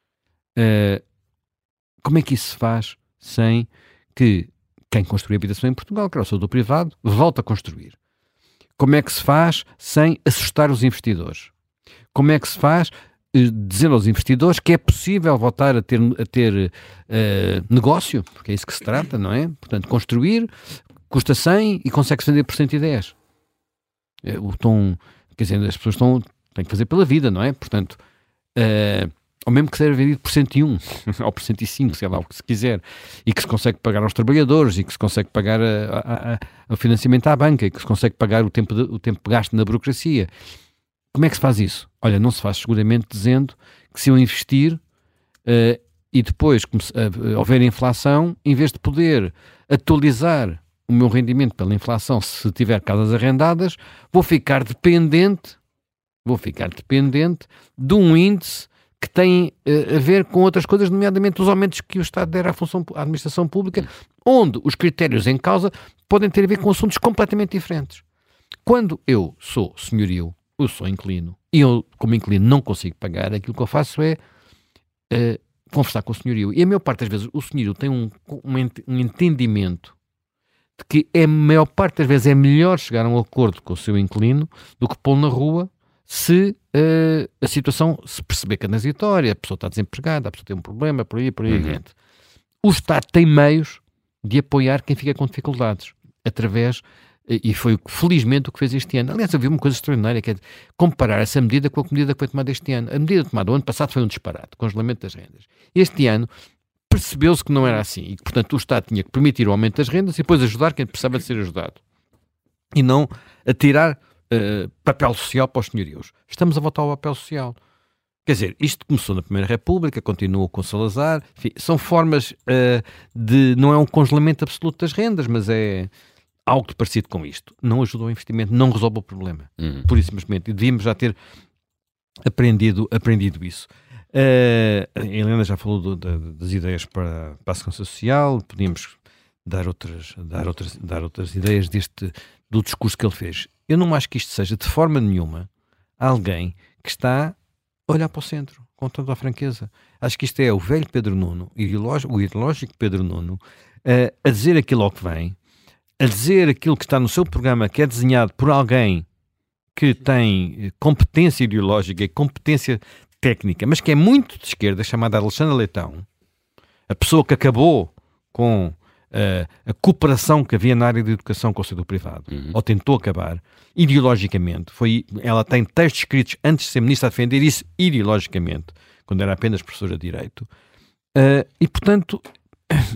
Uh, como é que isso se faz sem que quem construir habitação em Portugal, que é o setor privado, volte a construir? Como é que se faz sem assustar os investidores? Como é que se faz uh, dizendo aos investidores que é possível voltar a ter, a ter uh, negócio? Porque é isso que se trata, não é? Portanto, construir custa cem e consegue-se vender por cento e dez. Uh, o tom, quer dizer, as pessoas estão... Tem que fazer pela vida, não é? Portanto, uh, ou mesmo que seja vendido por cento e um, ou por cento e cinco, sei lá, o que se quiser, e que se consegue pagar aos trabalhadores, e que se consegue pagar a, a, a, o financiamento à banca, e que se consegue pagar o tempo, de, o tempo gasto na burocracia. Como é que se faz isso? Olha, não se faz seguramente dizendo que se eu investir uh, e depois comece, uh, houver inflação, em vez de poder atualizar o meu rendimento pela inflação, se tiver casas arrendadas, vou ficar dependente Vou ficar dependente de um índice que tem uh, a ver com outras coisas, nomeadamente os aumentos que o Estado der à, função, à administração pública, onde os critérios em causa podem ter a ver com assuntos completamente diferentes. Quando eu sou senhorio, eu sou inquilino, e eu, como inquilino, não consigo pagar, aquilo que eu faço é uh, conversar com o senhorio. E a maior parte das vezes o senhorio tem um, um, um entendimento de que é, a maior parte das vezes é melhor chegar a um acordo com o seu inquilino do que pô-lo na rua se uh, a situação se perceber transitória, a pessoa está desempregada, a pessoa tem um problema, por aí, por aí adiante. Uhum. O Estado tem meios de apoiar quem fica com dificuldades, através, e foi felizmente o que fez este ano. Aliás, havia uma coisa extraordinária, que é comparar essa medida com a medida que foi tomada este ano. A medida tomada o ano passado foi um disparate, congelamento das rendas. Este ano percebeu-se que não era assim, e que, portanto, o Estado tinha que permitir o aumento das rendas e depois ajudar quem precisava de ser ajudado. E não atirar Uh, papel social para os senhorios. Estamos a voltar ao papel social. Quer dizer, isto começou na Primeira República, continuou com Salazar, enfim, são formas uh, de... Não é um congelamento absoluto das rendas, mas é algo parecido com isto. Não ajuda ao investimento, não resolve o problema. Uhum. Por isso, simplesmente, e devíamos já ter aprendido, aprendido isso. Uh, a Helena já falou do, da, das ideias para, para a segurança social, podíamos dar outras, dar outras, dar outras ideias deste, do discurso que ele fez. Eu não acho que isto seja, de forma nenhuma, alguém que está a olhar para o centro, com toda a franqueza. Acho que isto é o velho Pedro Nuno, ideológico, o ideológico Pedro Nuno, uh, a dizer aquilo ao que vem, a dizer aquilo que está no seu programa, que é desenhado por alguém que tem competência ideológica e competência técnica, mas que é muito de esquerda, chamada Alexandre Leitão, a pessoa que acabou com Uh, a cooperação que havia na área de educação com o setor privado, uhum. ou tentou acabar, ideologicamente, foi, ela tem textos escritos antes de ser ministra a defender isso ideologicamente, quando era apenas professora de Direito, uh, e portanto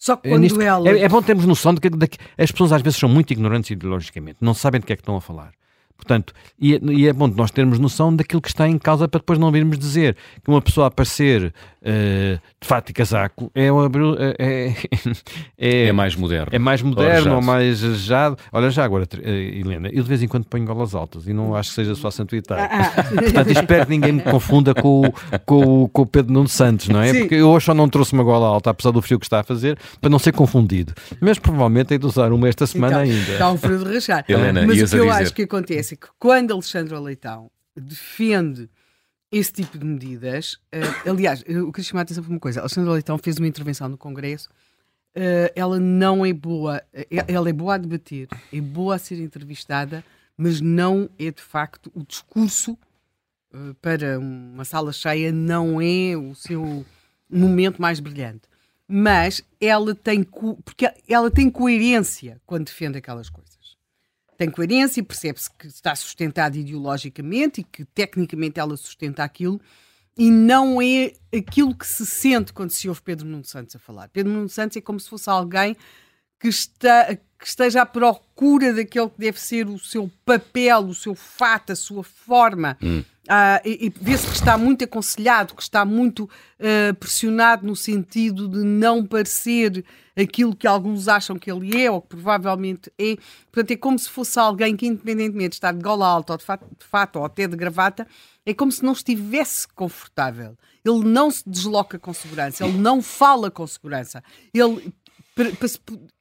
Só que É, quando nisto- ela... é, é bom termos noção de que, de que as pessoas às vezes são muito ignorantes ideologicamente, não sabem de que é que estão a falar. Portanto, e, é- e é bom nós termos noção daquilo que está em causa para depois não virmos dizer que uma pessoa aparecer eh, de fato e casaco é, uma bru- é, é, É mais moderno. é mais moderno Arejado. ou mais arejado. Olha, já agora, eh, Helena, eu de vez em quando ponho golas altas e não acho que seja só santuitário. Ah, Portanto, espero que ninguém me confunda com, o- com, o- com o Pedro Nuno Santos, não é? Sim. Porque eu hoje só não trouxe uma gola alta, apesar do frio que está a fazer, para não ser confundido. Mas provavelmente hei de usar uma esta semana então, ainda. está um frio de rachar. Helena, Mas o ias que a eu dizer. acho que acontece é que quando Alexandre Leitão defende esse tipo de medidas, eh, aliás, eu queria chamar a atenção para uma coisa. Alexandre Leitão fez uma intervenção no Congresso, eh, ela não é boa, eh, ela é boa a debater, é boa a ser entrevistada, mas não é de facto o discurso eh, para uma sala cheia, não é o seu momento mais brilhante. Mas ela tem, co- porque ela tem coerência quando defende aquelas coisas. Tem coerência, percebe-se que está sustentado ideologicamente e que tecnicamente ela sustenta aquilo, e não é aquilo que se sente quando se ouve Pedro Nuno Santos a falar. Pedro Nuno Santos é como se fosse alguém que, está, que esteja à procura daquele que deve ser o seu papel, o seu fato, a sua forma. Hum. Ah, e, e vê-se que está muito aconselhado, que está muito ah, pressionado no sentido de não parecer aquilo que alguns acham que ele é, ou que provavelmente é. Portanto, é como se fosse alguém que, independentemente de estar de gola alta, ou de fato, de fato ou até de gravata, é como se não estivesse confortável. Ele não se desloca com segurança, ele não fala com segurança. Ele... para- para se-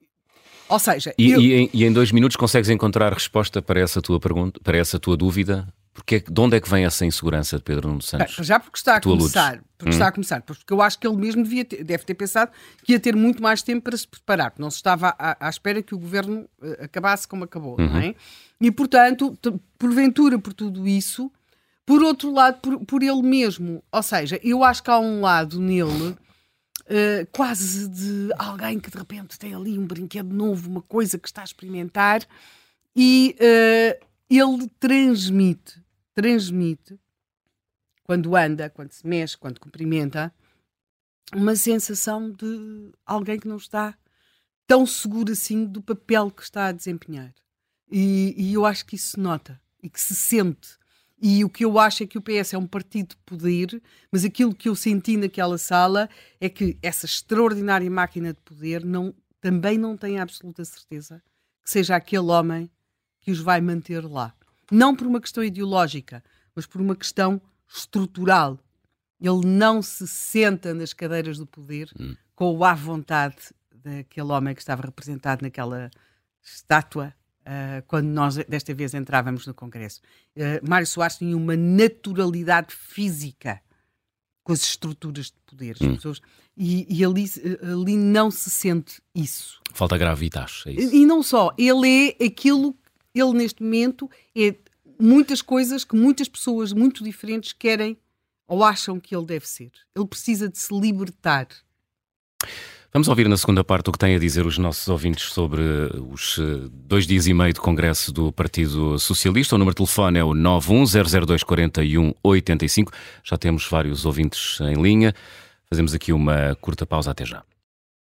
Ou seja, E, eu- e em, e em dois minutos consegues encontrar resposta para essa tua pergunta, para essa tua dúvida? Porque é que- de onde é que vem essa insegurança de Pedro Nuno Santos? Bem, já porque está a tu aludes. começar, porque Hum. está a começar, porque eu acho que ele mesmo devia ter- deve ter pensado que ia ter muito mais tempo para se preparar, porque não se estava à, à espera que o governo eh, acabasse como acabou, não é? E portanto, t- porventura por tudo isso, por outro lado, por, por ele mesmo, ou seja, eu acho que há um lado nele eh, quase de alguém que de repente tem ali um brinquedo novo, uma coisa que está a experimentar, e eh, ele transmite, transmite, quando anda, quando se mexe, quando cumprimenta, uma sensação de alguém que não está tão seguro assim do papel que está a desempenhar. E, e eu acho que isso se nota e que se sente. E o que eu acho é que o P S é um partido de poder, mas aquilo que eu senti naquela sala é que essa extraordinária máquina de poder não, também não tem a absoluta certeza que seja aquele homem que os vai manter lá. Não por uma questão ideológica, mas por uma questão estrutural. Ele não se senta nas cadeiras do poder Hum. com o à vontade daquele homem que estava representado naquela estátua uh, quando nós desta vez entrávamos no Congresso. Uh, Mário Soares tinha uma naturalidade física com as estruturas de poder. As Hum. pessoas, e e ali, ali não se sente isso. Falta gravitas, é isso. E não só, ele é aquilo, ele neste momento é muitas coisas que muitas pessoas muito diferentes querem ou acham que ele deve ser. Ele precisa de se libertar. Vamos ouvir na segunda parte o que têm a dizer os nossos ouvintes sobre os eh, dois dias e meio de congresso do Partido Socialista. O número de telefone é o nove um zero zero dois quatro um oito cinco. Já temos vários ouvintes em linha. Fazemos aqui uma curta pausa. Até já.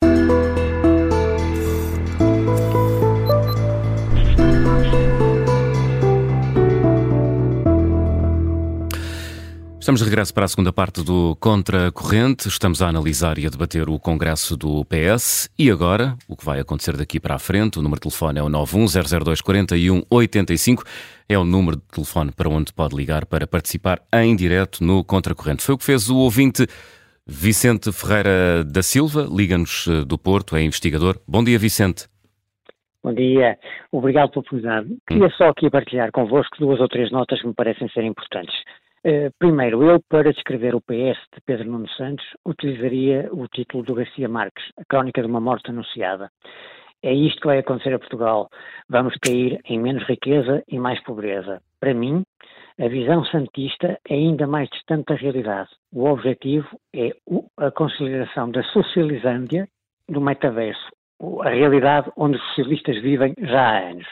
Estamos de regresso para a segunda parte do Contra Corrente. Estamos a analisar e a debater o congresso do P S. E agora, o que vai acontecer daqui para a frente, o número de telefone é o nove um zero zero dois quatro um oito cinco. É o número de telefone para onde pode ligar para participar em direto no Contra Corrente. Foi o que fez o ouvinte Vicente Ferreira da Silva, liga-nos do Porto, é investigador. Bom dia, Vicente. Bom dia, obrigado pela oportunidade. Queria só aqui partilhar convosco duas ou três notas que me parecem ser importantes. Uh, primeiro, eu, para descrever o P S de Pedro Nuno Santos, utilizaria o título do Garcia Marques, A Crónica de uma Morte Anunciada. É isto que vai acontecer a Portugal. Vamos cair em menos riqueza e mais pobreza. Para mim, a visão santista é ainda mais distante da realidade. O objetivo é a consolidação da socializândia do metaverso, a realidade onde os socialistas vivem já há anos.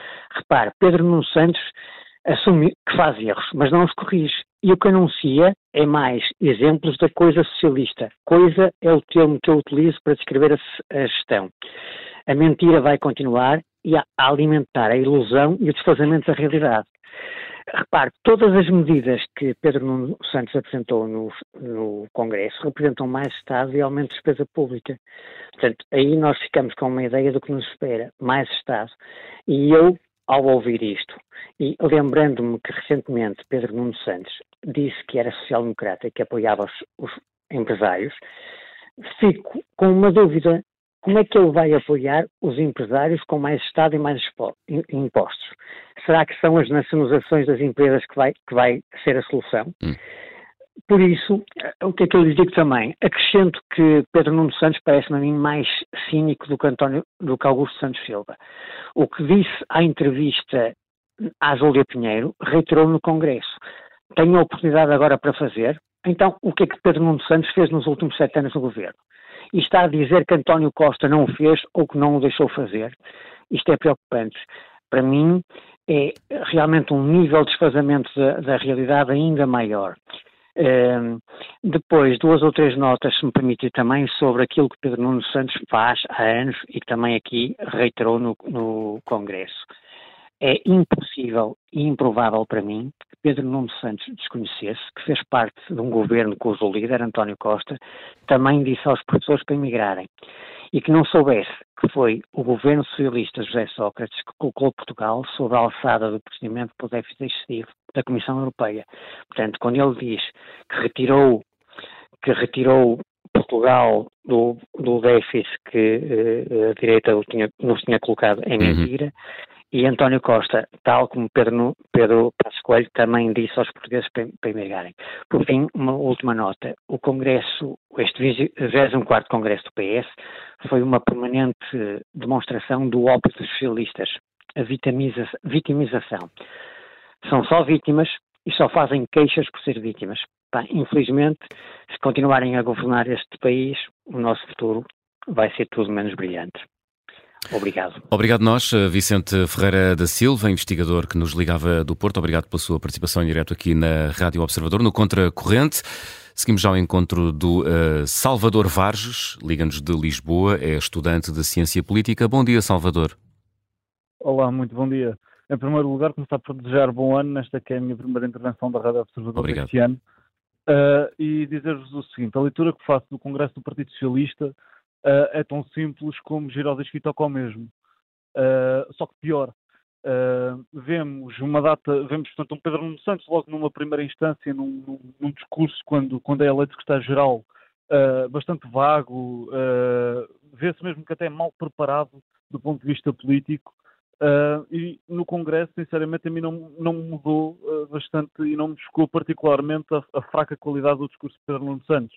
Repare, Pedro Nuno Santos assume que faz erros, mas não os corrige. E o que anuncia é mais exemplos da coisa socialista. Coisa é o termo que eu utilizo para descrever a, a gestão. A mentira vai continuar e a, a alimentar a ilusão e o desfazamento da realidade. Repare, todas as medidas que Pedro Nuno Santos apresentou no, no Congresso representam mais Estado e aumento de despesa pública. Portanto, aí nós ficamos com uma ideia do que nos espera, mais Estado. E eu, ao ouvir isto, e lembrando-me que recentemente Pedro Nuno Santos disse que era social-democrata e que apoiava os, os empresários, fico com uma dúvida. Como é que ele vai apoiar os empresários com mais Estado e mais impostos? Será que são as nacionalizações das empresas que vai, que vai ser a solução? Hum. Por isso, o que é que eu lhes digo também? Acrescento que Pedro Nuno Santos parece-me a mim mais cínico do que, António, do que Augusto Santos Silva. O que disse à entrevista à Júlia Pinheiro, reiterou no Congresso. Tenho a oportunidade agora para fazer. Então, o que é que Pedro Nuno Santos fez nos últimos sete anos no governo? E está a dizer que António Costa não o fez ou que não o deixou fazer. Isto é preocupante. Para mim, é realmente um nível de desfazamento da, da realidade ainda maior. Um, depois, duas ou três notas, se me permitir também, sobre aquilo que Pedro Nuno Santos faz há anos e que também aqui reiterou no, no Congresso. É impossível e improvável para mim que Pedro Nuno Santos desconhecesse que fez parte de um governo cujo líder, António Costa, também disse aos professores para emigrarem e que não soubesse que foi o governo socialista José Sócrates que colocou Portugal sob a alçada do procedimento pelo déficit excessivo da Comissão Europeia. Portanto, quando ele diz que retirou, que retirou Portugal do, do déficit que eh, a direita tinha, nos tinha colocado em mentira, uhum. E António Costa, tal como Pedro, Pedro Passos Coelho, também disse aos portugueses para, para emigrarem. Por fim, uma última nota. O Congresso, este vigésimo quarto Congresso do P S, foi uma permanente demonstração do óbvio dos socialistas, a vitimiza, vitimização. São só vítimas e só fazem queixas por ser vítimas. Pá, infelizmente, se continuarem a governar este país, o nosso futuro vai ser tudo menos brilhante. Obrigado. Obrigado nós, Vicente Ferreira da Silva, investigador que nos ligava do Porto. Obrigado pela sua participação em direto aqui na Rádio Observador, no Contracorrente. Seguimos já ao encontro do uh, Salvador Varges, liga-nos de Lisboa, é estudante de Ciência Política. Bom dia, Salvador. Olá, muito bom dia. Em primeiro lugar, começar por desejar bom ano nesta que é a minha primeira intervenção da Rádio Observador Obrigado. Deste ano. Uh, e dizer-vos o seguinte, a leitura que faço do Congresso do Partido Socialista Uh, é tão simples como girar o disco e toca ao mesmo. Uh, só que pior. Uh, vemos uma data, vemos portanto um Pedro Nuno Santos logo numa primeira instância, num, num, num discurso quando, quando é eleito secretário-geral, uh, bastante vago, uh, vê-se mesmo que até é mal preparado do ponto de vista político. Uh, e no Congresso, sinceramente, a mim não, não me mudou uh, bastante e não me chocou particularmente a, a fraca qualidade do discurso de Pedro Nuno Santos.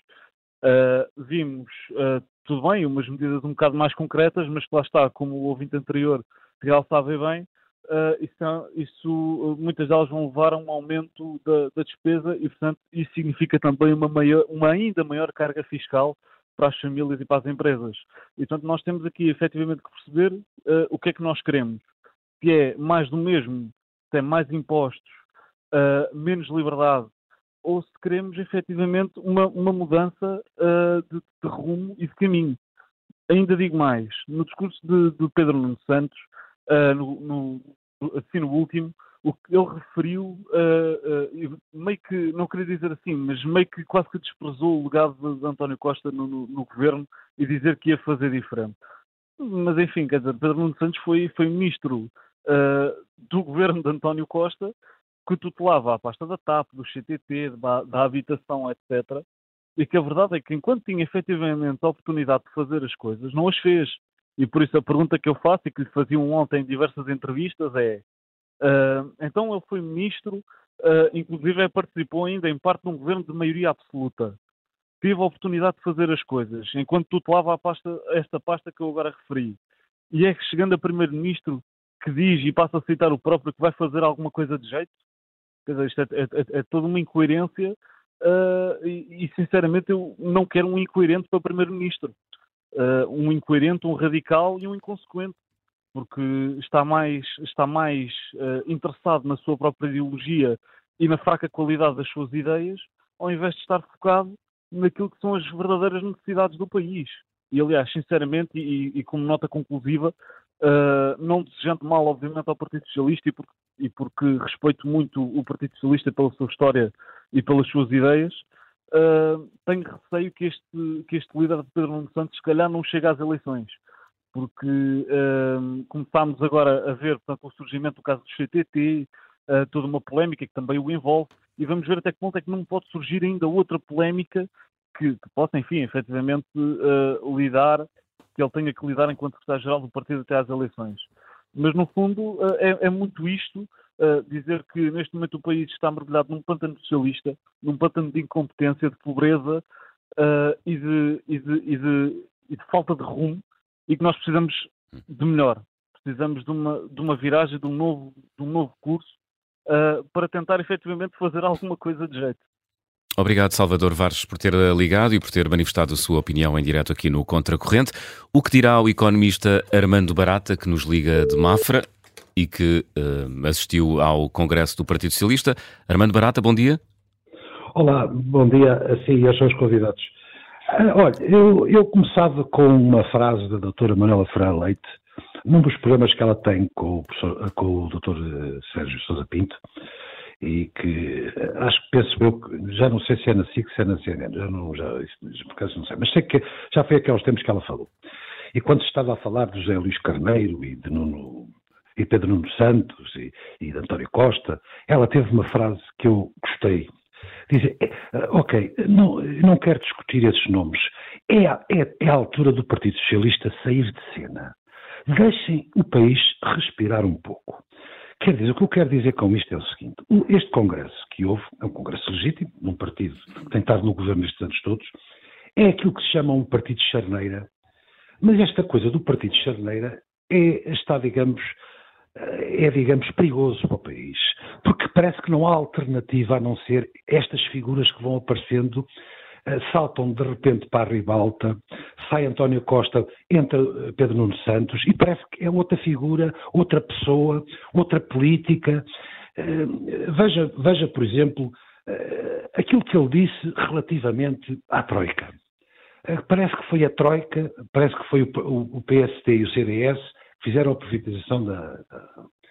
Uh, vimos, uh, tudo bem, umas medidas um bocado mais concretas, mas que lá está, como o ouvinte anterior realçava bem, uh, isso, isso, uh, muitas delas vão levar a um aumento da, da despesa e, portanto, isso significa também uma, maior, uma ainda maior carga fiscal para as famílias e para as empresas. E, portanto, nós temos aqui, efetivamente, que perceber uh, o que é que nós queremos, que é mais do mesmo, tem mais impostos, uh, menos liberdade, ou se queremos efetivamente uma, uma mudança uh, de, de rumo e de caminho. Ainda digo mais, no discurso de, de Pedro Nuno Santos, uh, no, no, assim no último, o que ele referiu, uh, uh, meio que, não queria dizer assim, mas meio que quase que desprezou o legado de, de António Costa no, no, no governo e dizer que ia fazer diferente. Mas enfim, quer dizer, Pedro Nuno Santos foi, foi ministro uh, do governo de António Costa, que tutelava a pasta da TAP, do C T T, da, da habitação, etcétera. E que a verdade é que enquanto tinha efetivamente a oportunidade de fazer as coisas, não as fez. E por isso a pergunta que eu faço e que lhe faziam ontem em diversas entrevistas é uh, então ele foi ministro, uh, inclusive participou ainda em parte de um governo de maioria absoluta. Teve a oportunidade de fazer as coisas, enquanto tutelava a pasta, esta pasta que eu agora referi. E é que chegando a primeiro-ministro que diz, e passa a citar o próprio, que vai fazer alguma coisa de jeito? Quer dizer, isto é, é, é toda uma incoerência uh, e, e, sinceramente, eu não quero um incoerente para primeiro-ministro. Uh, um incoerente, um radical e um inconsequente, porque está mais, está mais uh, interessado na sua própria ideologia e na fraca qualidade das suas ideias, ao invés de estar focado naquilo que são as verdadeiras necessidades do país. E, aliás, sinceramente, e, e como nota conclusiva, uh, não desejando mal, obviamente, ao Partido Socialista e porque, e porque respeito muito o Partido Socialista pela sua história e pelas suas ideias, uh, tenho receio que este, que este líder de Pedro Nuno Santos, se calhar, não chegue às eleições. Porque uh, começámos agora a ver, portanto, o surgimento do caso do C T T, uh, toda uma polémica que também o envolve, e vamos ver até que ponto é que não pode surgir ainda outra polémica que, que possa, enfim, efetivamente uh, lidar, que ele tenha que lidar enquanto secretário-geral do partido até às eleições. Mas, no fundo, uh, é, é muito isto, uh, dizer que neste momento o país está mergulhado num pântano socialista, num pântano de incompetência, de pobreza uh, e, de, e, de, e, de, e de falta de rumo, e que nós precisamos de melhor. Precisamos de uma, de uma viragem, de um novo, de um novo curso, uh, para tentar efetivamente fazer alguma coisa de jeito. Obrigado, Salvador Vares, por ter ligado e por ter manifestado a sua opinião em direto aqui no Contracorrente. O que dirá o economista Armando Barata, que nos liga de Mafra e que uh, assistiu ao Congresso do Partido Socialista? Armando Barata, bom dia. Olá, bom dia a si e aos seus convidados. Uh, olha, eu, eu começava com uma frase da doutora Manuela Ferreira Leite, num dos programas que ela tem com o, professor, com o doutor Sérgio Sousa Pinto, e que acho que penso eu, já não sei se é na S I C, se é na C N N, já não, já, por acaso não sei, mas sei que já foi aqueles tempos que ela falou. E quando se estava a falar de José Luís Carneiro e de Nuno, e Pedro Nuno Santos e, e de António Costa, ela teve uma frase que eu gostei. Dizer, ok, não, não quero discutir esses nomes, é, é, é a altura do Partido Socialista sair de cena. Deixem o país respirar um pouco. Quer dizer, o que eu quero dizer com isto é o seguinte, este congresso que houve, é um congresso legítimo, num partido que tem estado no governo estes anos todos, é aquilo que se chama um partido de charneira, mas esta coisa do partido de charneira é, está, digamos, é, digamos, perigoso para o país, porque parece que não há alternativa a não ser estas figuras que vão aparecendo, saltam de repente para a ribalta, sai António Costa, entra Pedro Nuno Santos e parece que é outra figura, outra pessoa, outra política. Veja, veja por exemplo, aquilo que ele disse relativamente à Troika. Parece que foi a Troika, parece que foi o P S D e o C D S que fizeram a privatização da, da,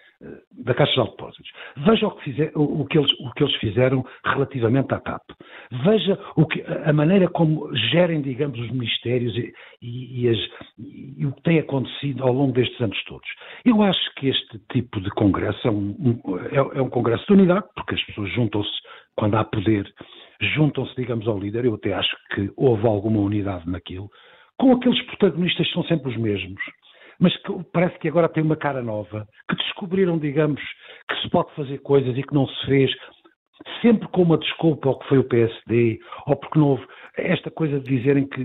da Caixa de Depósitos. Veja o que, fizer, o, que eles, o que eles fizeram relativamente à T A P. Veja o que, a maneira como gerem, digamos, os ministérios e, e, e, as, e o que tem acontecido ao longo destes anos todos. Eu acho que este tipo de congresso é um, um, é, é um congresso de unidade, porque as pessoas juntam-se, quando há poder, juntam-se, digamos, ao líder. Eu até acho que houve alguma unidade naquilo, com aqueles protagonistas que são sempre os mesmos, mas que parece que agora tem uma cara nova, que descobriram, digamos, que se pode fazer coisas e que não se fez, sempre com uma desculpa ao que foi o P S D, ou porque não houve esta coisa de dizerem que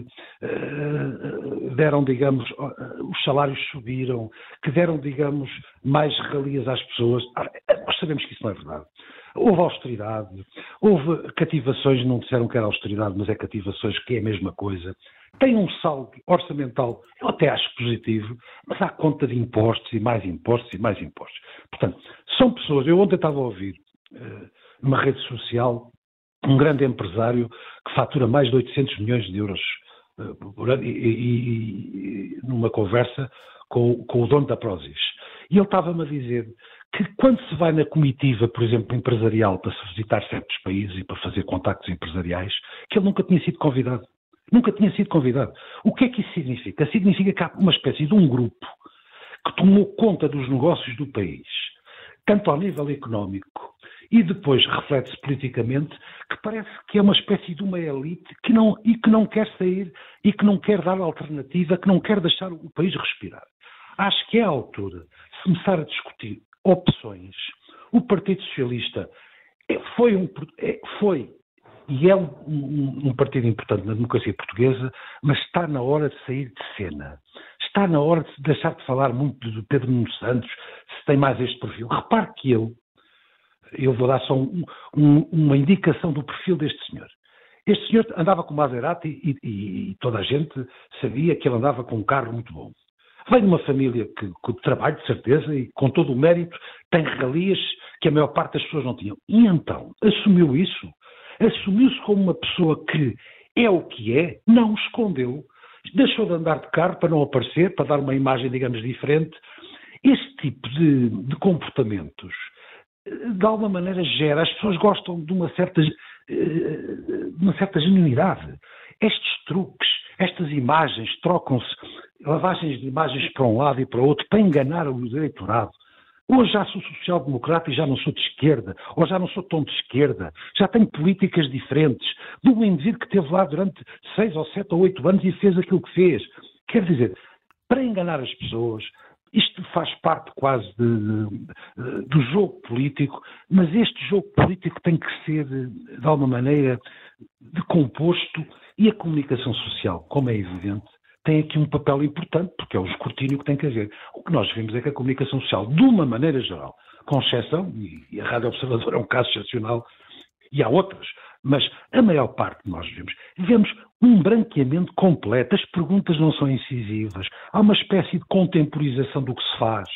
uh, deram, digamos, uh, os salários subiram, que deram, digamos, mais regalias às pessoas. Nós sabemos que isso não é verdade. Houve austeridade, houve cativações, não disseram que era austeridade, mas é cativações, que é a mesma coisa. Tem um saldo orçamental, eu até acho positivo, mas há conta de impostos e mais impostos e mais impostos. Portanto, são pessoas, eu ontem estava a ouvir uh, numa rede social um grande empresário que fatura mais de oitocentos milhões de euros uh, por ano e, e, e numa conversa com, com o dono da Prozis. E ele estava-me a dizer que quando se vai na comitiva, por exemplo, empresarial, para se visitar certos países e para fazer contactos empresariais, que ele nunca tinha sido convidado. Nunca tinha sido convidado. O que é que isso significa? Significa que há uma espécie de um grupo que tomou conta dos negócios do país, tanto ao nível económico e depois reflete-se politicamente, que parece que é uma espécie de uma elite que não, e que não quer sair e que não quer dar alternativa, que não quer deixar o país respirar. Acho que é a altura de começar a discutir opções. O Partido Socialista foi um... Foi, e é um, um, um partido importante na democracia portuguesa, mas está na hora de sair de cena. Está na hora de deixar de falar muito do Pedro Nuno Santos, se tem mais este perfil. Repare que eu, eu vou dar só um, um, uma indicação do perfil deste senhor. Este senhor andava com Maserati e, e, e toda a gente sabia que ele andava com um carro muito bom. Vem de uma família que, que trabalha, de certeza, e com todo o mérito, tem regalias que a maior parte das pessoas não tinham. E então, assumiu isso. assumiu-se como uma pessoa que é o que é, não escondeu, deixou de andar de carro para não aparecer, para dar uma imagem, digamos, diferente. Este tipo de, de comportamentos, de alguma maneira, gera, as pessoas gostam de uma certa, de uma certa genuinidade. Estes truques, estas imagens, trocam-se, lavagens de imagens para um lado e para o outro, para enganar o eleitorado. Hoje já sou social-democrata e já não sou de esquerda, ou já não sou tão de esquerda, já tenho políticas diferentes, de um indivíduo que esteve lá durante seis ou sete ou oito anos e fez aquilo que fez. Quer dizer, para enganar as pessoas, isto faz parte quase de, de, do jogo político, mas este jogo político tem que ser, de alguma maneira, decomposto, e a comunicação social, como é evidente, tem aqui um papel importante, porque é o escrutínio que tem que haver. O que nós vemos é que a comunicação social, de uma maneira geral, com exceção, e a Rádio Observador é um caso excepcional, e há outras, mas a maior parte que nós vemos, vemos um branqueamento completo, as perguntas não são incisivas, há uma espécie de contemporização do que se faz.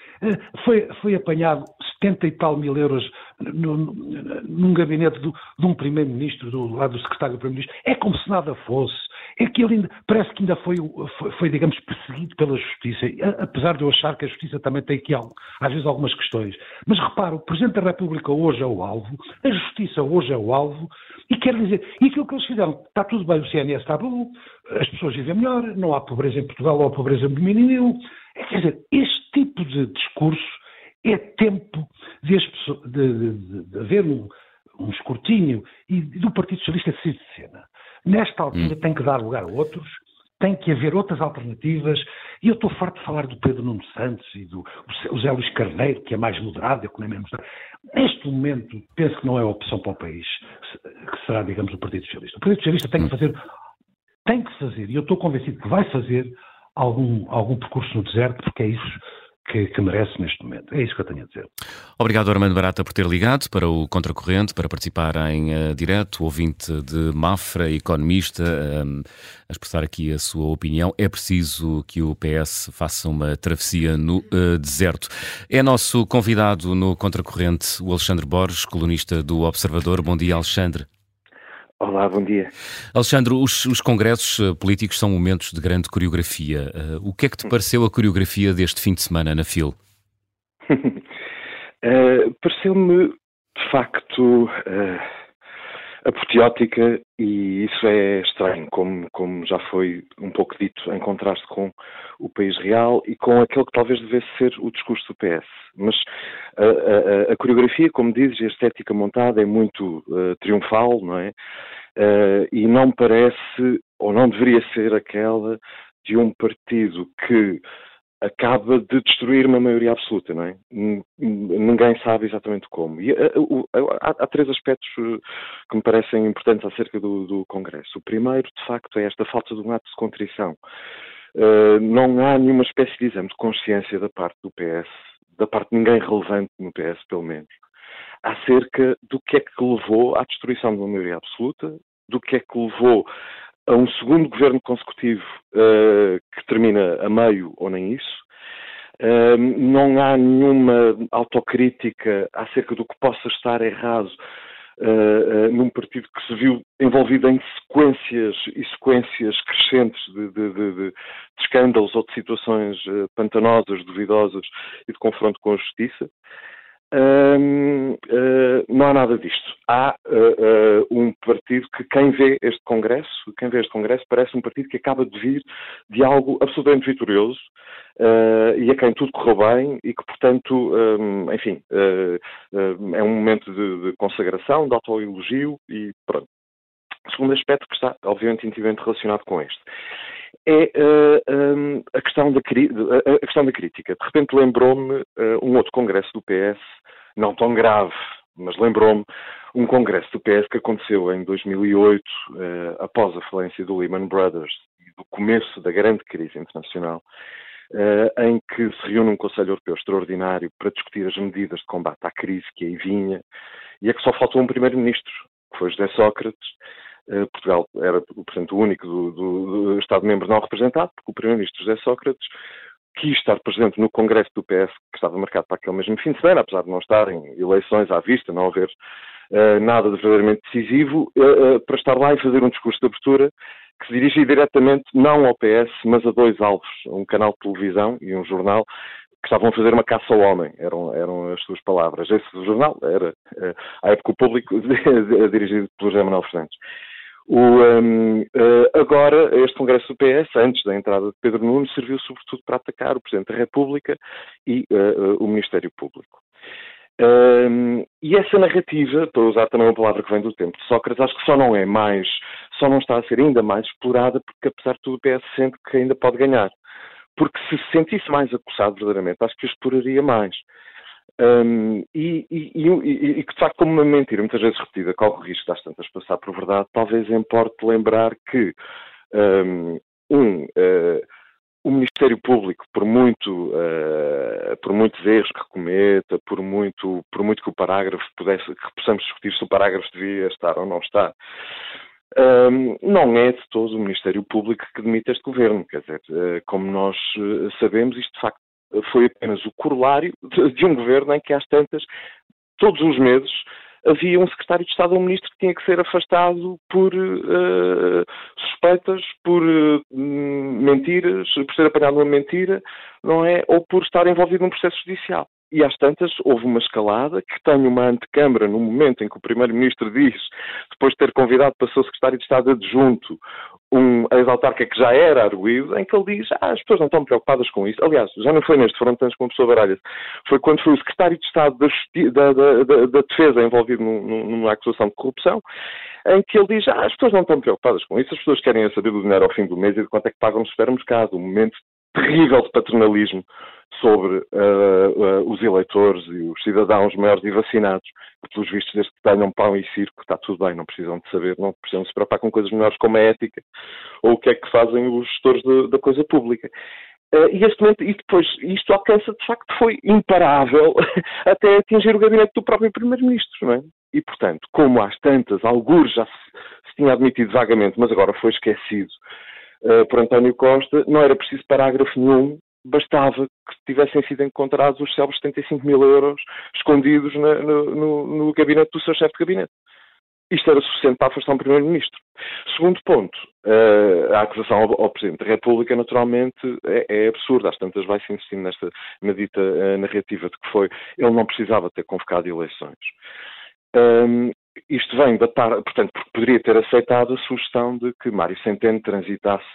Foi, foi apanhado setenta e tal mil euros no, no, num gabinete do, de um primeiro-ministro, do lado do secretário do primeiro-ministro. É como se nada fosse. É que ele ainda, parece que ainda foi, foi, foi, digamos, perseguido pela justiça, apesar de eu achar que a justiça também tem aqui, às vezes, algumas questões. Mas repara, o Presidente da República hoje é o alvo, a justiça hoje é o alvo, e quer dizer, e aquilo que eles fizeram, está tudo bem, o C N S está bom, as pessoas vivem melhor, não há pobreza em Portugal ou há pobreza diminuiu. Quer dizer, este tipo de discurso é tempo de, as pessoas, de, de, de haver um, um escrutínio e do Partido Socialista sair de cena. Nesta altura hum. tem que dar lugar a outros, tem que haver outras alternativas, e eu estou farto de falar do Pedro Nuno Santos e do o Zé Luís Carneiro, que é mais moderado, eu que nem mesmo moderado. Neste momento, penso que não é a opção para o país, que será, digamos, o Partido Socialista. O Partido Socialista tem que fazer, tem que fazer, e eu estou convencido que vai fazer, Algum, algum percurso no deserto, porque é isso que, que merece neste momento. É isso que eu tenho a dizer. Obrigado, Armando Barata, por ter ligado para o Contracorrente, para participar em uh, direto, ouvinte de Mafra, economista, um, a expressar aqui a sua opinião. É preciso que o P S faça uma travessia no uh, deserto. É nosso convidado no Contracorrente, o Alexandre Borges, colunista do Observador. Bom dia, Alexandre. Olá, bom dia. Alexandre, os, os congressos políticos são momentos de grande coreografia. Uh, o que é que te pareceu a coreografia deste fim de semana na F I L? uh, Pareceu-me, de facto, uh, apoteótica, e isso é estranho, como, como já foi um pouco dito, em contraste com o país real e com aquele que talvez devesse ser o discurso do P S. Mas a, a, a coreografia, como dizes, a estética montada é muito uh, triunfal, não é? Uh, e não parece, ou não deveria ser, aquela de um partido que acaba de destruir uma maioria absoluta, não é? Ninguém sabe exatamente como. E, uh, uh, há, há três aspectos que me parecem importantes acerca do, do Congresso. O primeiro, de facto, é esta falta de um ato de contrição. Uh, não há nenhuma espécie de exame de consciência da parte do P S, da parte de ninguém relevante no P S, pelo menos, acerca do que é que levou à destruição de uma maioria absoluta, do que é que levou a um segundo governo consecutivo uh, que termina a meio ou nem isso. Uh, não há nenhuma autocrítica acerca do que possa estar errado uh, uh, num partido que se viu envolvido em sequências e sequências crescentes de, de, de, de escândalos ou de situações uh, pantanosas, duvidosas e de confronto com a justiça. Uh, uh, não há nada disto. Há uh, uh, um partido que, quem vê este Congresso, quem vê este Congresso parece um partido que acaba de vir de algo absolutamente vitorioso uh, e a quem tudo correu bem e que, portanto, um, enfim, uh, uh, é um momento de, de consagração, de autoelogio e pronto. O segundo aspecto, que está obviamente intimamente relacionado com este, é uh, um, a, questão da, a questão da crítica. De repente lembrou-me uh, um outro congresso do P S, não tão grave, mas lembrou-me um congresso do P S que aconteceu em dois mil e oito, uh, após a falência do Lehman Brothers e do começo da grande crise internacional, uh, em que se reúne um Conselho Europeu extraordinário para discutir as medidas de combate à crise que aí vinha, e é que só faltou um primeiro-ministro, que foi José Sócrates. Uh, Portugal era, portanto, o único do, do, do Estado-membro não representado, porque o primeiro-ministro José Sócrates quis estar presente no Congresso do P S, que estava marcado para aquele mesmo fim de semana, apesar de não estarem eleições à vista, não haver uh, nada de verdadeiramente decisivo, uh, uh, para estar lá e fazer um discurso de abertura que se dirigia diretamente não ao P S, mas a dois alvos, um canal de televisão e um jornal, que estavam a fazer uma caça ao homem, eram, eram as suas palavras. Esse jornal era, uh, à época, o Público, dirigido pelo José Manuel Fernandes. O, um, uh, agora, este Congresso do P S, antes da entrada de Pedro Nuno, serviu sobretudo para atacar o Presidente da República e uh, uh, o Ministério Público. Um, e essa narrativa, para usar também uma palavra que vem do tempo de Sócrates, acho que só não é mais, só não está a ser ainda mais explorada porque, apesar de tudo, o P S sente que ainda pode ganhar. Porque se se sentisse mais acossado verdadeiramente, acho que o exploraria mais. Um, e, e, e, e que, de facto, como uma mentira muitas vezes repetida, corre o risco de às tantas passar por verdade, talvez importe lembrar que um, um uh, o Ministério Público, por, muito, uh, por muitos erros que cometa, por muito, por muito que o parágrafo pudesse, que possamos discutir se o parágrafo devia estar ou não estar, Um, não é de todo o Ministério Público que demite este governo. Quer dizer, uh, como nós uh, sabemos, isto de facto foi apenas o corolário de, de um governo em que às tantas, todos os meses, havia um secretário de Estado ou um ministro que tinha que ser afastado por uh, suspeitas, por uh, mentiras, por ser apanhado numa mentira, não é? Ou por estar envolvido num processo judicial. E às tantas houve uma escalada que tem uma antecâmara no momento em que o Primeiro-Ministro diz, depois de ter convidado para ser o Secretário de Estado adjunto, um ex-autarca que já era arguido, em que ele diz, ah, as pessoas não estão preocupadas com isso. Aliás, já não foi neste, foram tantos como a pessoa baralha-se. Foi quando foi o Secretário de Estado da, Justi- da, da, da, da Defesa envolvido num, numa acusação de corrupção, em que ele diz, ah, as pessoas não estão preocupadas com isso, as pessoas querem saber do dinheiro ao fim do mês e de quanto é que pagam no supermercado. Um momento terrível de paternalismo sobre uh, uh, os eleitores e os cidadãos maiores e vacinados, que pelos vistos, desde que tenham pão e circo, está tudo bem, não precisam de saber, não precisam se preocupar com coisas menores como a ética ou o que é que fazem os gestores de, da coisa pública. Uh, e, este momento, e depois isto alcança, de facto, foi imparável até atingir o gabinete do próprio Primeiro-Ministro, não é? E, portanto, como às tantas, algures já se, se tinha admitido vagamente, mas agora foi esquecido uh, por António Costa, não era preciso parágrafo nenhum, bastava que tivessem sido encontrados os célebres setenta e cinco mil euros escondidos na, no, no, no gabinete do seu chefe de gabinete. Isto era suficiente para afastar um Primeiro-Ministro. Segundo ponto, uh, a acusação ao, ao Presidente da República, naturalmente, é, é absurda. Às tantas vai-se insistindo nesta medita uh, narrativa de que foi, ele não precisava ter convocado eleições. Um, isto vem da tarde, portanto, porque poderia ter aceitado a sugestão de que Mário Centeno transitasse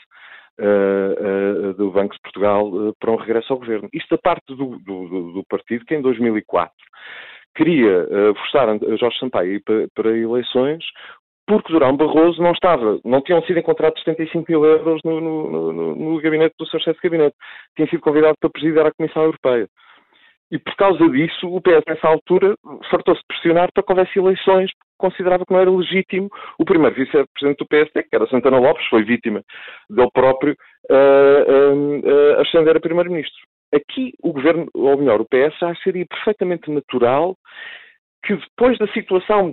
Uh, uh, do Banco de Portugal uh, para um regresso ao governo. Isto da parte do, do, do partido que em dois mil e quatro queria uh, forçar Jorge Sampaio para, para eleições porque Durão Barroso não estava, não tinham sido encontrados setenta e cinco mil euros no, no, no, no gabinete do seu chefe de gabinete. Tinha sido convidado para presidir a Comissão Europeia. E por causa disso, o P S, nessa altura, fartou-se de pressionar para que houvesse eleições, porque considerava que não era legítimo o primeiro vice-presidente do P S D, que era Santana Lopes, foi vítima dele próprio, uh, uh, uh, ascender a primeiro-ministro. Aqui, o governo, ou melhor, o P S, já seria perfeitamente natural que depois da situação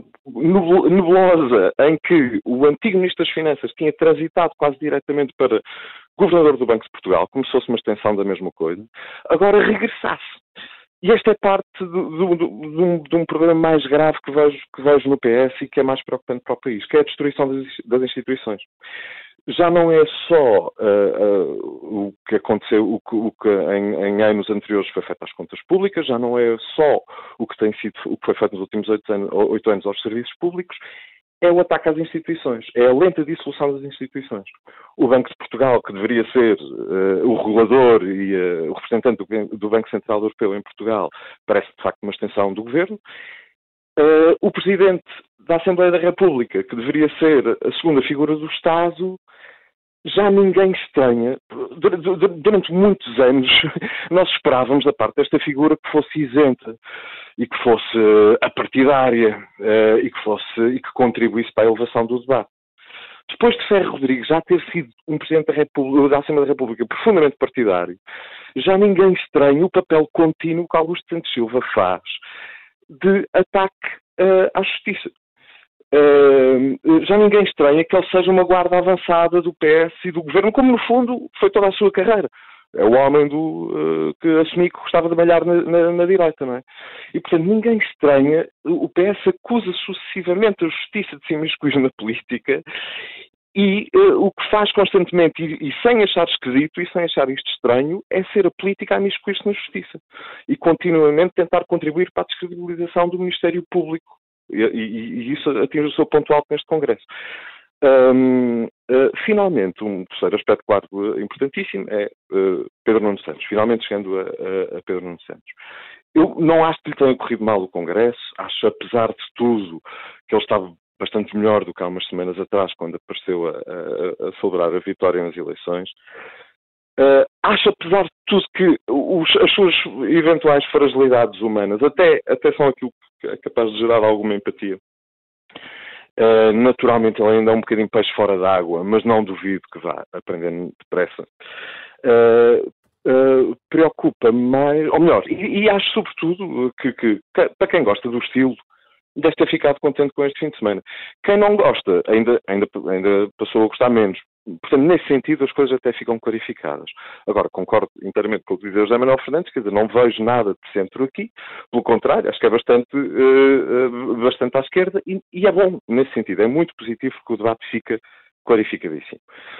nebulosa em que o antigo Ministro das Finanças tinha transitado quase diretamente para Governador do Banco de Portugal, como se fosse uma extensão da mesma coisa, agora regressasse. E esta é parte do, do, do, de, um, de um problema mais grave que vejo, que vejo no P S e que é mais preocupante para o país, que é a destruição das, das instituições. Já não é só uh, uh, o que aconteceu, o que, o que em, em anos anteriores foi feito às contas públicas, já não é só o que tem sido, o que foi feito nos últimos oito anos, oito anos aos serviços públicos, é o ataque às instituições, é a lenta dissolução das instituições. O Banco de Portugal, que deveria ser uh, o regulador e uh, o representante do, do Banco Central Europeu em Portugal, parece de facto uma extensão do governo. Uh, o Presidente da Assembleia da República, que deveria ser a segunda figura do Estado, já ninguém estranha. Durante, durante muitos anos nós esperávamos da parte desta figura que fosse isenta e que fosse uh, apartidária uh, e que fosse e que contribuísse para a elevação do debate. Depois de Ferro Rodrigues já ter sido um Presidente da, República, da Assembleia da República profundamente partidário, já ninguém estranha o papel contínuo que Augusto Santos Silva faz de ataque uh, à justiça. Uh, já ninguém estranha que ele seja uma guarda avançada do P S e do Governo, como no fundo foi toda a sua carreira. É o homem do, uh, que assumi que gostava de malhar na, na, na direita, não é? E, portanto, ninguém estranha. O P S acusa sucessivamente a justiça de se imiscuir na política e uh, o que faz constantemente, e, e sem achar esquisito e sem achar isto estranho, é ser a política a imiscuir-se na justiça. E continuamente tentar contribuir para a descredibilização do Ministério Público. E, e, e isso atinge o seu ponto alto neste Congresso. Um, uh, finalmente, um terceiro aspecto, claro, uh, importantíssimo é uh, Pedro Nuno Santos. Finalmente chegando a, a, a Pedro Nuno Santos. Eu não acho que lhe tenha corrido mal o Congresso. Acho, apesar de tudo, que ele estava bastante melhor do que há umas semanas atrás, quando apareceu a, a, a celebrar a vitória nas eleições. Uh, acho, apesar de tudo, que os, as suas eventuais fragilidades humanas até, até são aquilo que é capaz de gerar alguma empatia. Uh, naturalmente ele ainda é um bocadinho peixe fora d'água, mas não duvido que vá aprendendo depressa. Uh, uh, preocupa mais, ou melhor, e, e acho sobretudo que, que, que para quem gosta do estilo deve ter ficado contente com este fim de semana. Quem não gosta ainda, ainda, ainda passou a gostar menos. Portanto, nesse sentido, as coisas até ficam clarificadas. Agora, concordo inteiramente com o que diz José Manuel Fernandes, quer dizer, não vejo nada de centro aqui, pelo contrário, acho que é bastante, uh, bastante à esquerda, e, e é bom nesse sentido, é muito positivo porque o debate fica clarificadíssimo.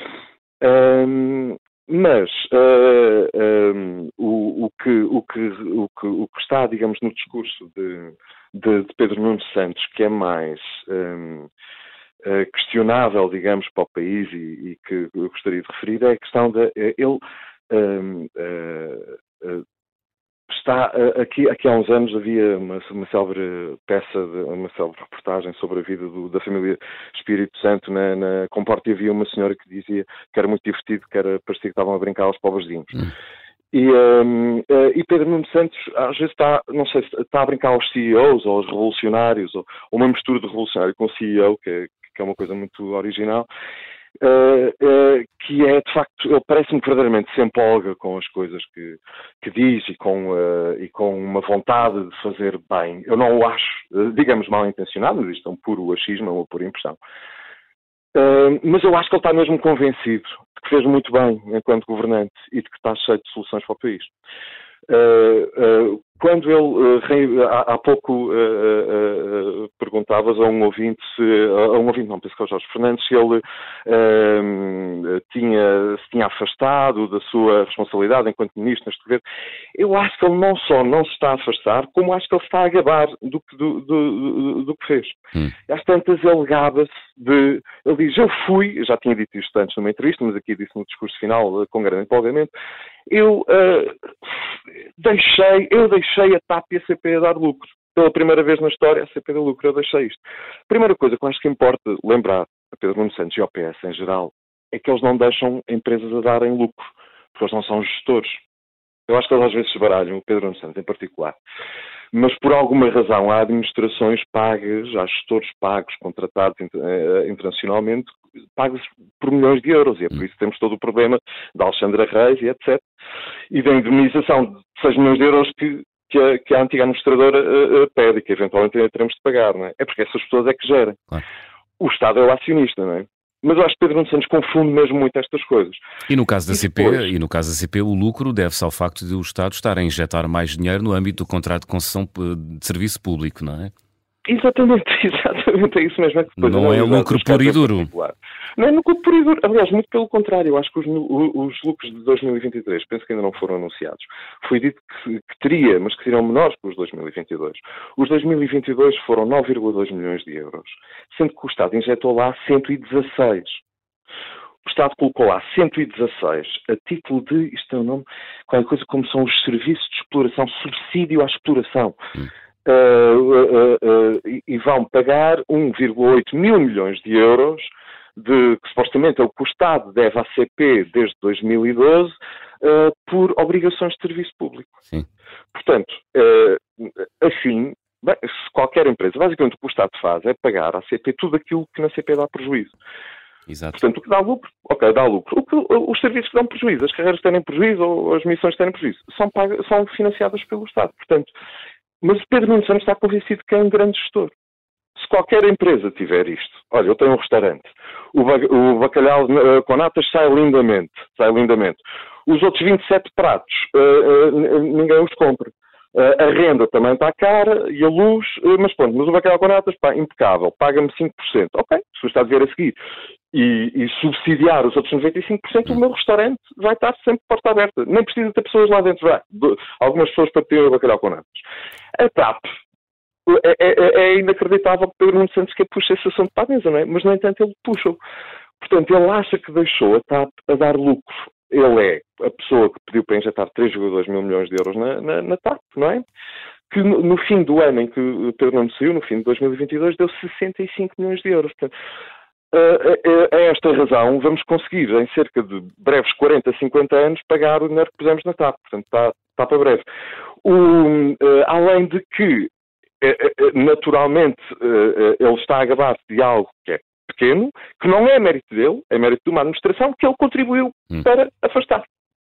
Um, mas uh, um, o, o, que, o, que, o, que, o que está, digamos, no discurso de, de, de Pedro Nuno Santos, que é mais... Um, Uh, questionável, digamos, para o país e, e que eu gostaria de referir é a questão de uh, ele um, uh, uh, está uh, aqui, aqui há uns anos havia uma, uma célebre peça, de, uma célebre reportagem sobre a vida do, da família Espírito Santo na, na Comporta, e havia uma senhora que dizia que era muito divertido, que era, parecia que estavam a brincar aos pobrezinhos. Hum. E, um, uh, e Pedro Nuno Santos às vezes está, não sei, está a brincar aos C E Os ou aos revolucionários, ou, ou uma mistura de revolucionário com C E O, que é, que é uma coisa muito original, uh, uh, que é, de facto, ele parece-me que verdadeiramente se empolga com as coisas que, que diz e com, uh, e com uma vontade de fazer bem. Eu não o acho, uh, digamos, mal intencionado, mas isto é um puro achismo, é uma pura impressão. Uh, mas eu acho que ele está mesmo convencido de que fez muito bem enquanto governante e de que está cheio de soluções para o país. Uh, uh, quando ele, uh, há, há pouco, uh, uh, uh, perguntavas a um ouvinte, se, a um ouvinte não, penso que é o Jorge Fernandes, se ele uh, tinha, se tinha afastado da sua responsabilidade enquanto ministro neste governo. Eu acho que ele não só não se está a afastar, como acho que ele está a gabar do que, do, do, do, do que fez. Hum. Às tantas ele gaba-se de... Ele diz, eu fui, eu já tinha dito isto antes numa entrevista, mas aqui disse no discurso final uh, com grande empolgamento, eu uh, deixei, eu deixei a T A P e a C P a dar lucro. Pela primeira vez na história, a C P deu lucro, eu deixei isto. Primeira coisa que eu acho que importa lembrar a Pedro Nuno Santos e ao P S em geral, é que eles não deixam empresas a darem lucro, porque eles não são gestores. Eu acho que eles às vezes se baralham, o Pedro Nuno Santos em particular. Mas por alguma razão há administrações pagas, há gestores pagos, contratados internacionalmente, pagos por milhões de euros. E é por isso que temos todo o problema da Alexandra Reis e etcétera. E da indemnização de seis milhões de euros que, que, a, que a antiga administradora uh, uh, pede e que eventualmente teremos de pagar. Não é? É porque essas pessoas é que gerem. Claro. O Estado é o acionista, não é? Mas eu acho que Pedro Nuno Santos confunde mesmo muito estas coisas. E no caso da e C P, depois... e no caso da C P, o lucro deve-se ao facto de o Estado estar a injetar mais dinheiro no âmbito do contrato de concessão de serviço público, não é? Exatamente, exatamente, é isso mesmo. É que depois não é lucro puro e duro. Não é lucro puro e duro. Aliás, muito pelo contrário, eu acho que os, os lucros de dois mil e vinte e três, penso que ainda não foram anunciados. Foi dito que, que teria, mas que seriam menores que os dois mil e vinte e dois. Os dois mil e vinte e dois foram nove vírgula dois milhões de euros, sendo que o Estado injetou lá cento e dezasseis. O Estado colocou lá cento e dezasseis a título de, isto é o nome, qualquer coisa como são os serviços de exploração, subsídio à exploração. Hum. Uh, uh, uh, uh, e vão pagar um vírgula oito mil milhões de euros, de, que supostamente é o que o Estado deve à C P desde dois mil e doze, uh, por obrigações de serviço público. Sim. Portanto, uh, assim, bem, se qualquer empresa, basicamente o que o Estado faz é pagar à C P tudo aquilo que na C P dá prejuízo. Exato. Portanto, o que dá lucro, ok, dá lucro. O que, os serviços que dão prejuízo, as carreiras que têm prejuízo ou as missões que têm prejuízo, são, pagas, são financiadas pelo Estado. Portanto, mas o Pedro Nuno Santos está convencido que é um grande gestor. Se qualquer empresa tiver isto, olha, eu tenho um restaurante, o bacalhau com natas sai lindamente, sai lindamente. Os outros vinte e sete pratos, uh, uh, ninguém os compra. Uh, a renda também está cara e a luz, uh, mas pronto, mas o bacalhau com natas, pá, impecável, paga-me cinco por cento. Ok, se o Estado vier a seguir e, e subsidiar os outros noventa e cinco por cento, o meu restaurante vai estar sempre de porta aberta. Nem precisa ter pessoas lá dentro, já. De, algumas pessoas para ter o bacalhau com natas. A T A P, é, é, é inacreditável que Pedro Nuno Santos que puxa esse assunto para a mesa, não é? Mas, no entanto, ele puxa. Portanto, ele acha que deixou a T A P a dar lucro. Ele é a pessoa que pediu para injetar três vírgula dois mil milhões de euros na, na, na T A P, não é? Que no, no fim do ano em que Pedro Nuno saiu, no fim de dois mil e vinte e dois, deu sessenta e cinco milhões de euros. Portanto, a, a, a esta razão, vamos conseguir, em cerca de breves quarenta, cinquenta anos, pagar o dinheiro que pusemos na T A P. Portanto, está, está para breve. O, uh, além de que, uh, uh, naturalmente, uh, uh, ele está a gabar-se de algo que é pequeno, que não é mérito dele, é mérito de uma administração que ele contribuiu hum. para afastar.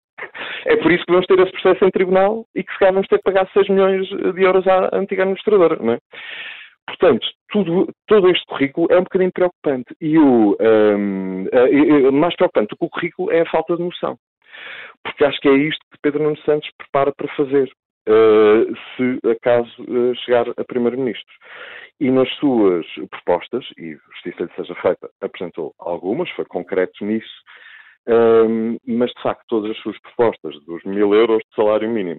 É por isso que vamos ter esse processo em tribunal e que se calhar vamos ter que pagar seis milhões de euros à antiga administradora, não é? Portanto, tudo, todo este currículo é um bocadinho preocupante. E o um, uh, mais preocupante do que o currículo é a falta de noção. Porque acho que é isto que Pedro Nuno Santos prepara para fazer, uh, se acaso uh, chegar a primeiro-ministro. E nas suas propostas, e justiça lhe seja feita, apresentou algumas, foi concreto nisso, um, mas de facto todas as suas propostas, dos mil euros de salário mínimo,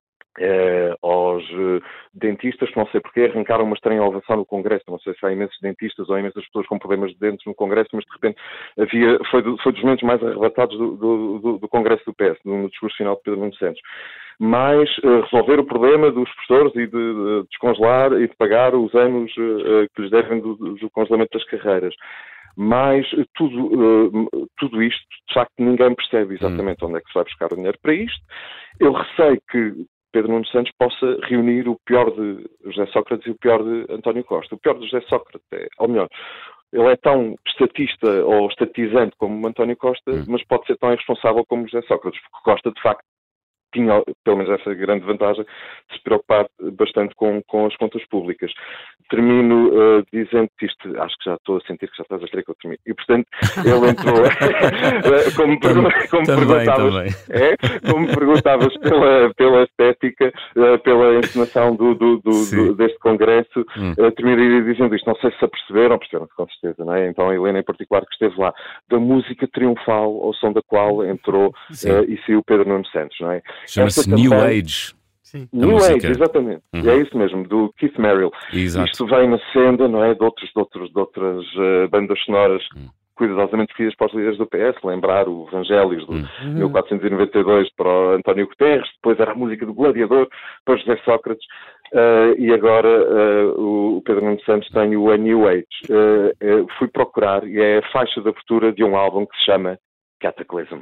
eh, aos uh, dentistas, que não sei porque, arrancaram uma estranha ovação no Congresso, não sei se há imensos dentistas ou imensas pessoas com problemas de dentes no Congresso, mas de repente havia, foi, do, foi dos momentos mais arrebatados do, do, do, do Congresso do P S, no discurso final de Pedro Nuno Santos. Mas uh, resolver o problema dos professores e de, de descongelar e de pagar os anos uh, que lhes devem do, do congelamento das carreiras. Mas uh, tudo, uh, tudo isto, de facto, ninguém percebe exatamente hum. onde é que se vai buscar o dinheiro para isto. Eu receio que Pedro Nuno Santos possa reunir o pior de José Sócrates e o pior de António Costa. O pior de José Sócrates é, ou melhor, ele é tão estatista ou estatizante como António Costa, hum. mas pode ser tão irresponsável como José Sócrates, porque Costa, de facto, tinha, pelo menos essa grande vantagem, de se preocupar bastante com, com as contas públicas. Termino uh, dizendo que isto, acho que já estou a sentir que já estás a querer que eu termine. E, portanto, ele entrou, como, como, como, também, perguntavas, também. É, como perguntavas pela, pela estética, uh, pela encenação do, do, do, do, deste congresso, hum. uh, terminaria dizendo isto. Não sei se se aperceberam, perceberam com certeza, não é? Então a Helena em particular que esteve lá, da música triunfal ao som da qual entrou uh, e saiu Pedro Nuno Santos, não é? Chama-se New Age. Sim. New Age, exatamente. Uhum. É isso mesmo, do Keith Merrill. Exato. Isto vem na senda, não é? De, outros, de, outros, de outras uh, bandas sonoras uhum. cuidadosamente escolhidas para os líderes do P S. Lembrar o Evangelhos do uhum. mil quatrocentos e noventa e dois para o António Guterres, depois era a música do Gladiador para José Sócrates, uh, e agora uh, o Pedro Nuno Santos tem o A New Age. Uh, uh, fui procurar e é a faixa de abertura de um álbum que se chama Cataclysm.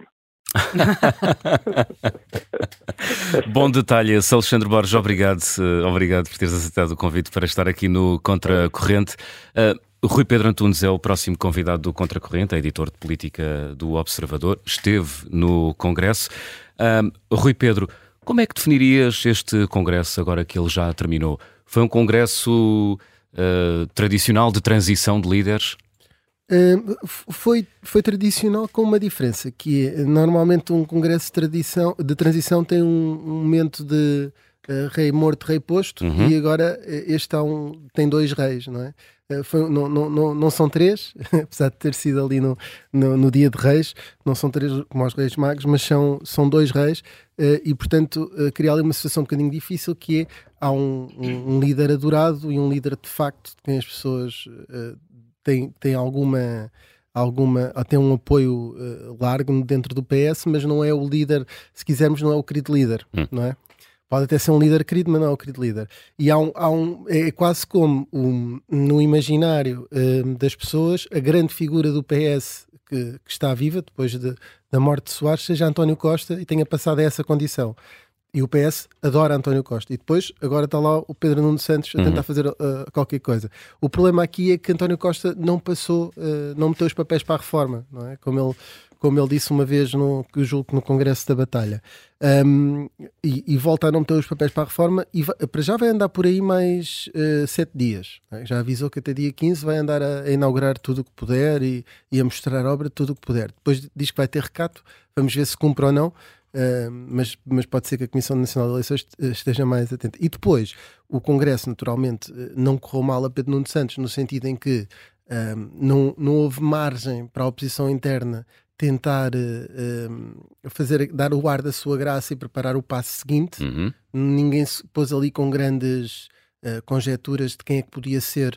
Bom detalhe esse. Alexandre Borges, obrigado, obrigado por teres aceitado o convite para estar aqui no Contracorrente. Uh, Rui Pedro Antunes é o próximo convidado do Contracorrente, é editor de política do Observador, esteve no Congresso. Uh, Rui Pedro, como é que definirias este Congresso agora que ele já terminou? Foi um Congresso uh, tradicional de transição de líderes? Uh, foi, foi tradicional com uma diferença, que é, normalmente um congresso de, tradição, de transição tem um, um momento de uh, rei morto, rei posto, uhum. e agora este há um, tem dois reis, não é? Uh, foi, não, não, não, não são três, apesar de ter sido ali no, no, no dia de reis, não são três como os reis magos, mas são, são dois reis, uh, e portanto uh, cria ali uma situação um bocadinho difícil, que é, há um, um, um líder adorado e um líder de facto de quem as pessoas... Uh, Tem, tem alguma, alguma, tem um apoio uh, largo dentro do P S, mas não é o líder, se quisermos, não é o querido líder, hum. não é? Pode até ser um líder querido, mas não é o querido líder. E há um, há um, é quase como um, no imaginário uh, das pessoas, a grande figura do P S que, que está viva depois de, da morte de Soares seja António Costa e tenha passado a essa condição. E o P S adora António Costa. E depois, agora está lá o Pedro Nuno Santos a tentar uhum. fazer uh, qualquer coisa. O problema aqui é que António Costa não passou, uh, não meteu os papéis para a reforma, não é? Como ele, como ele disse uma vez no, que eu julgo que no Congresso da Batalha. Um, e, e volta a não meter os papéis para a reforma e vai, para já vai andar por aí mais uh, sete dias. É? Já avisou que até dia quinze vai andar a, a inaugurar tudo o que puder e, e a mostrar a obra tudo o que puder. Depois diz que vai ter recato, vamos ver se cumpre ou não. uh, mas, mas pode ser que a Comissão Nacional de Eleições esteja mais atenta. E depois, o Congresso, naturalmente, não correu mal a Pedro Nuno Santos, no sentido em que uh, não, não houve margem para a oposição interna tentar uh, fazer, dar o ar da sua graça e preparar o passo seguinte. Uhum. Ninguém se pôs ali com grandes uh, conjecturas de quem é que podia ser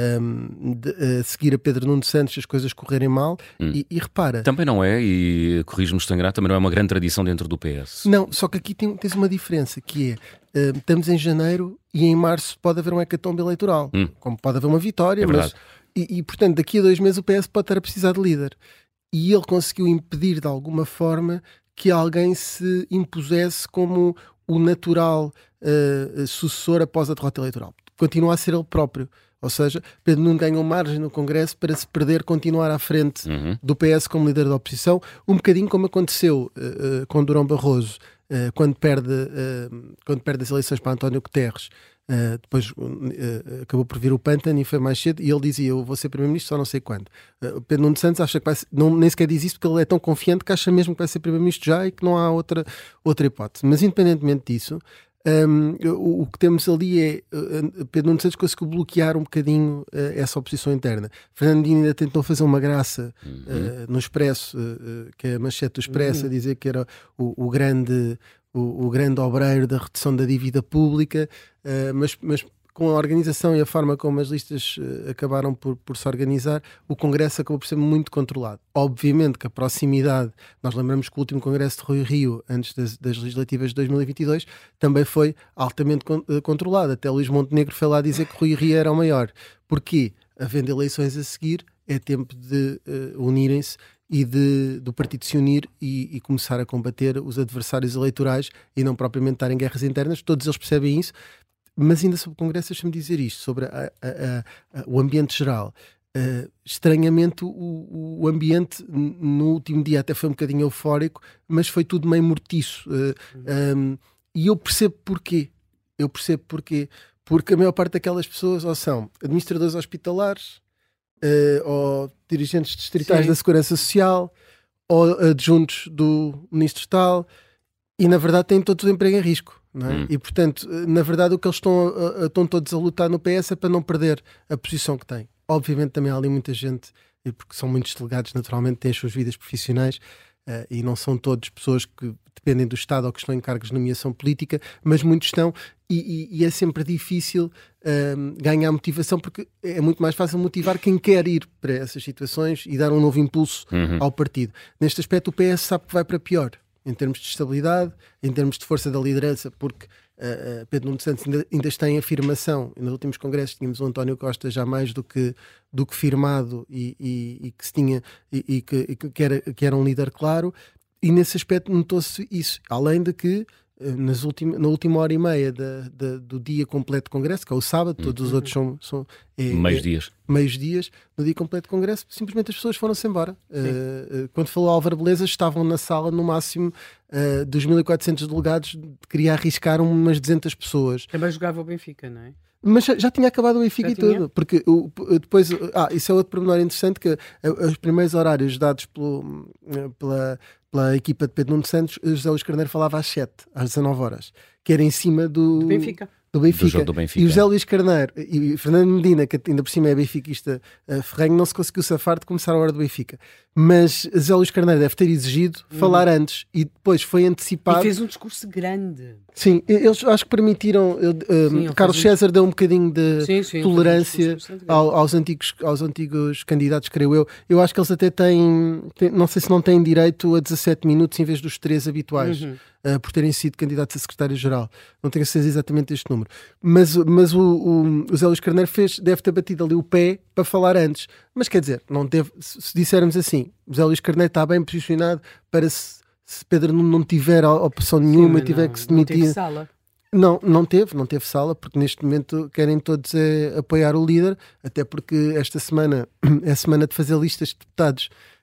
um, de, uh, seguir a Pedro Nuno Santos se as coisas correrem mal. Hum. E, e repara... Também não é, e corrijo-me se estou enganado, também não é uma grande tradição dentro do P S. Não, só que aqui tem, tens uma diferença, que é, uh, estamos em janeiro e em março pode haver um hecatombe eleitoral, hum. como pode haver uma vitória, é mas... E, e, portanto, daqui a dois meses o P S pode estar a precisar de líder. E ele conseguiu impedir de alguma forma que alguém se impusesse como o natural uh, sucessor após a derrota eleitoral. Continua a ser ele próprio. Ou seja, Pedro Nuno ganhou margem no Congresso para se perder, continuar à frente uhum. do P S como líder da oposição, um bocadinho como aconteceu uh, uh, com Durão Barroso, uh, quando, perde, uh, quando perde as eleições para António Guterres. Uh, depois uh, acabou por vir o pântano e foi mais cedo, e ele dizia: eu vou ser primeiro-ministro só não sei quando. uh, Pedro Nuno Santos acha que vai ser, não, nem sequer diz isso porque ele é tão confiante que acha mesmo que vai ser primeiro-ministro já e que não há outra, outra hipótese. Mas independentemente disso, um, o, o que temos ali é uh, Pedro Nuno Santos conseguiu bloquear um bocadinho uh, essa oposição interna. Fernandinho ainda tentou fazer uma graça uh, uhum. no Expresso, uh, que é a manchete do Expresso, uhum. a dizer que era o, o grande O, o grande obreiro da redução da dívida pública, uh, mas, mas com a organização e a forma como as listas uh, acabaram por, por se organizar, o Congresso acabou por ser muito controlado. Obviamente que a proximidade, nós lembramos que o último Congresso de Rui Rio, antes das, das legislativas de dois mil e vinte e dois, também foi altamente con- uh, controlado. Até Luís Montenegro foi lá dizer que Rui Rio era o maior. Porquê? Havendo eleições a seguir, é tempo de uh, unirem-se e de, do partido se unir e, e começar a combater os adversários eleitorais e não propriamente estar em guerras internas. Todos eles percebem isso, mas ainda sobre o Congresso deixa-me dizer isto, sobre a, a, a, o ambiente geral. Uh, estranhamente o, o ambiente no último dia até foi um bocadinho eufórico, mas foi tudo meio mortiço. Uh, um, e eu percebo porquê. Eu percebo porquê. Porque a maior parte daquelas pessoas ou são administradores hospitalares, Uh, ou dirigentes distritais Sim. da Segurança Social, ou adjuntos do Ministro tal, e na verdade têm todos o emprego em risco, não é? Hum. E portanto, na verdade o que eles estão, uh, estão todos a lutar no P S é para não perder a posição que têm. Obviamente também há ali muita gente, porque são muitos delegados, naturalmente têm as suas vidas profissionais, uh, e não são todos pessoas que dependem do Estado ou que estão em cargos de nomeação política, mas muitos estão, e, e, e é sempre difícil um, ganhar motivação, porque é muito mais fácil motivar quem quer ir para essas situações e dar um novo impulso uhum. ao partido. Neste aspecto o P S sabe que vai para pior, em termos de estabilidade, em termos de força da liderança, porque uh, uh, Pedro Nuno Santos ainda, ainda está em afirmação. Nos últimos congressos tínhamos o António Costa já mais do que, do que firmado e, e, e que se tinha e, e, que, e que, era, que era um líder claro. E nesse aspecto notou-se isso, além de que nas ultima, na última hora e meia da, da, do dia completo de Congresso, que é o sábado, uhum. todos os outros são, são é, meios é, dias. meios dias, no dia completo de Congresso, simplesmente as pessoas foram-se embora. Uh, uh, quando falou Álvaro Beleza, estavam na sala no máximo uh, dos mil e quatrocentos delegados, queria arriscar umas duzentas pessoas. Também jogava o Benfica, não é? Mas já, já tinha acabado o Benfica já e tinha? Tudo, porque o, depois, ah, isso é outro pormenor interessante, que os primeiros horários dados pelo, pela, pela equipa de Pedro Nuno Santos, José Luís Carneiro falava às sete, às dezanove horas, que era em cima do, do Benfica. Do Benfica. Do jogo do Benfica. E o José Luís Carneiro e Fernando Medina, que ainda por cima é benfiquista uh, ferrenho, não se conseguiu safar de começar a hora do Benfica. Mas José Luís Carneiro deve ter exigido hum. falar antes e depois foi antecipado. E fez um discurso grande. Sim, eles acho que permitiram. Uh, sim, Carlos César um... deu um bocadinho de sim, sim, tolerância um ao, aos, antigos, aos antigos candidatos, creio eu. Eu acho que eles até têm, têm, não sei se não têm direito a dezassete minutos em vez dos três habituais. Uhum. Uh, por terem sido candidatos a secretário-geral. Não tenho certeza exatamente deste número. Mas, mas o, o, o José Luís Carneiro fez, deve ter batido ali o pé para falar antes. Mas quer dizer, não teve, se, se dissermos assim, o José Luís Carneiro está bem posicionado para se, se Pedro não, não tiver opção nenhuma e tiver não, que se demitir. Não teve sala. Não, não teve, não teve sala, porque neste momento querem todos é, apoiar o líder, até porque esta semana é a semana de fazer listas de deputados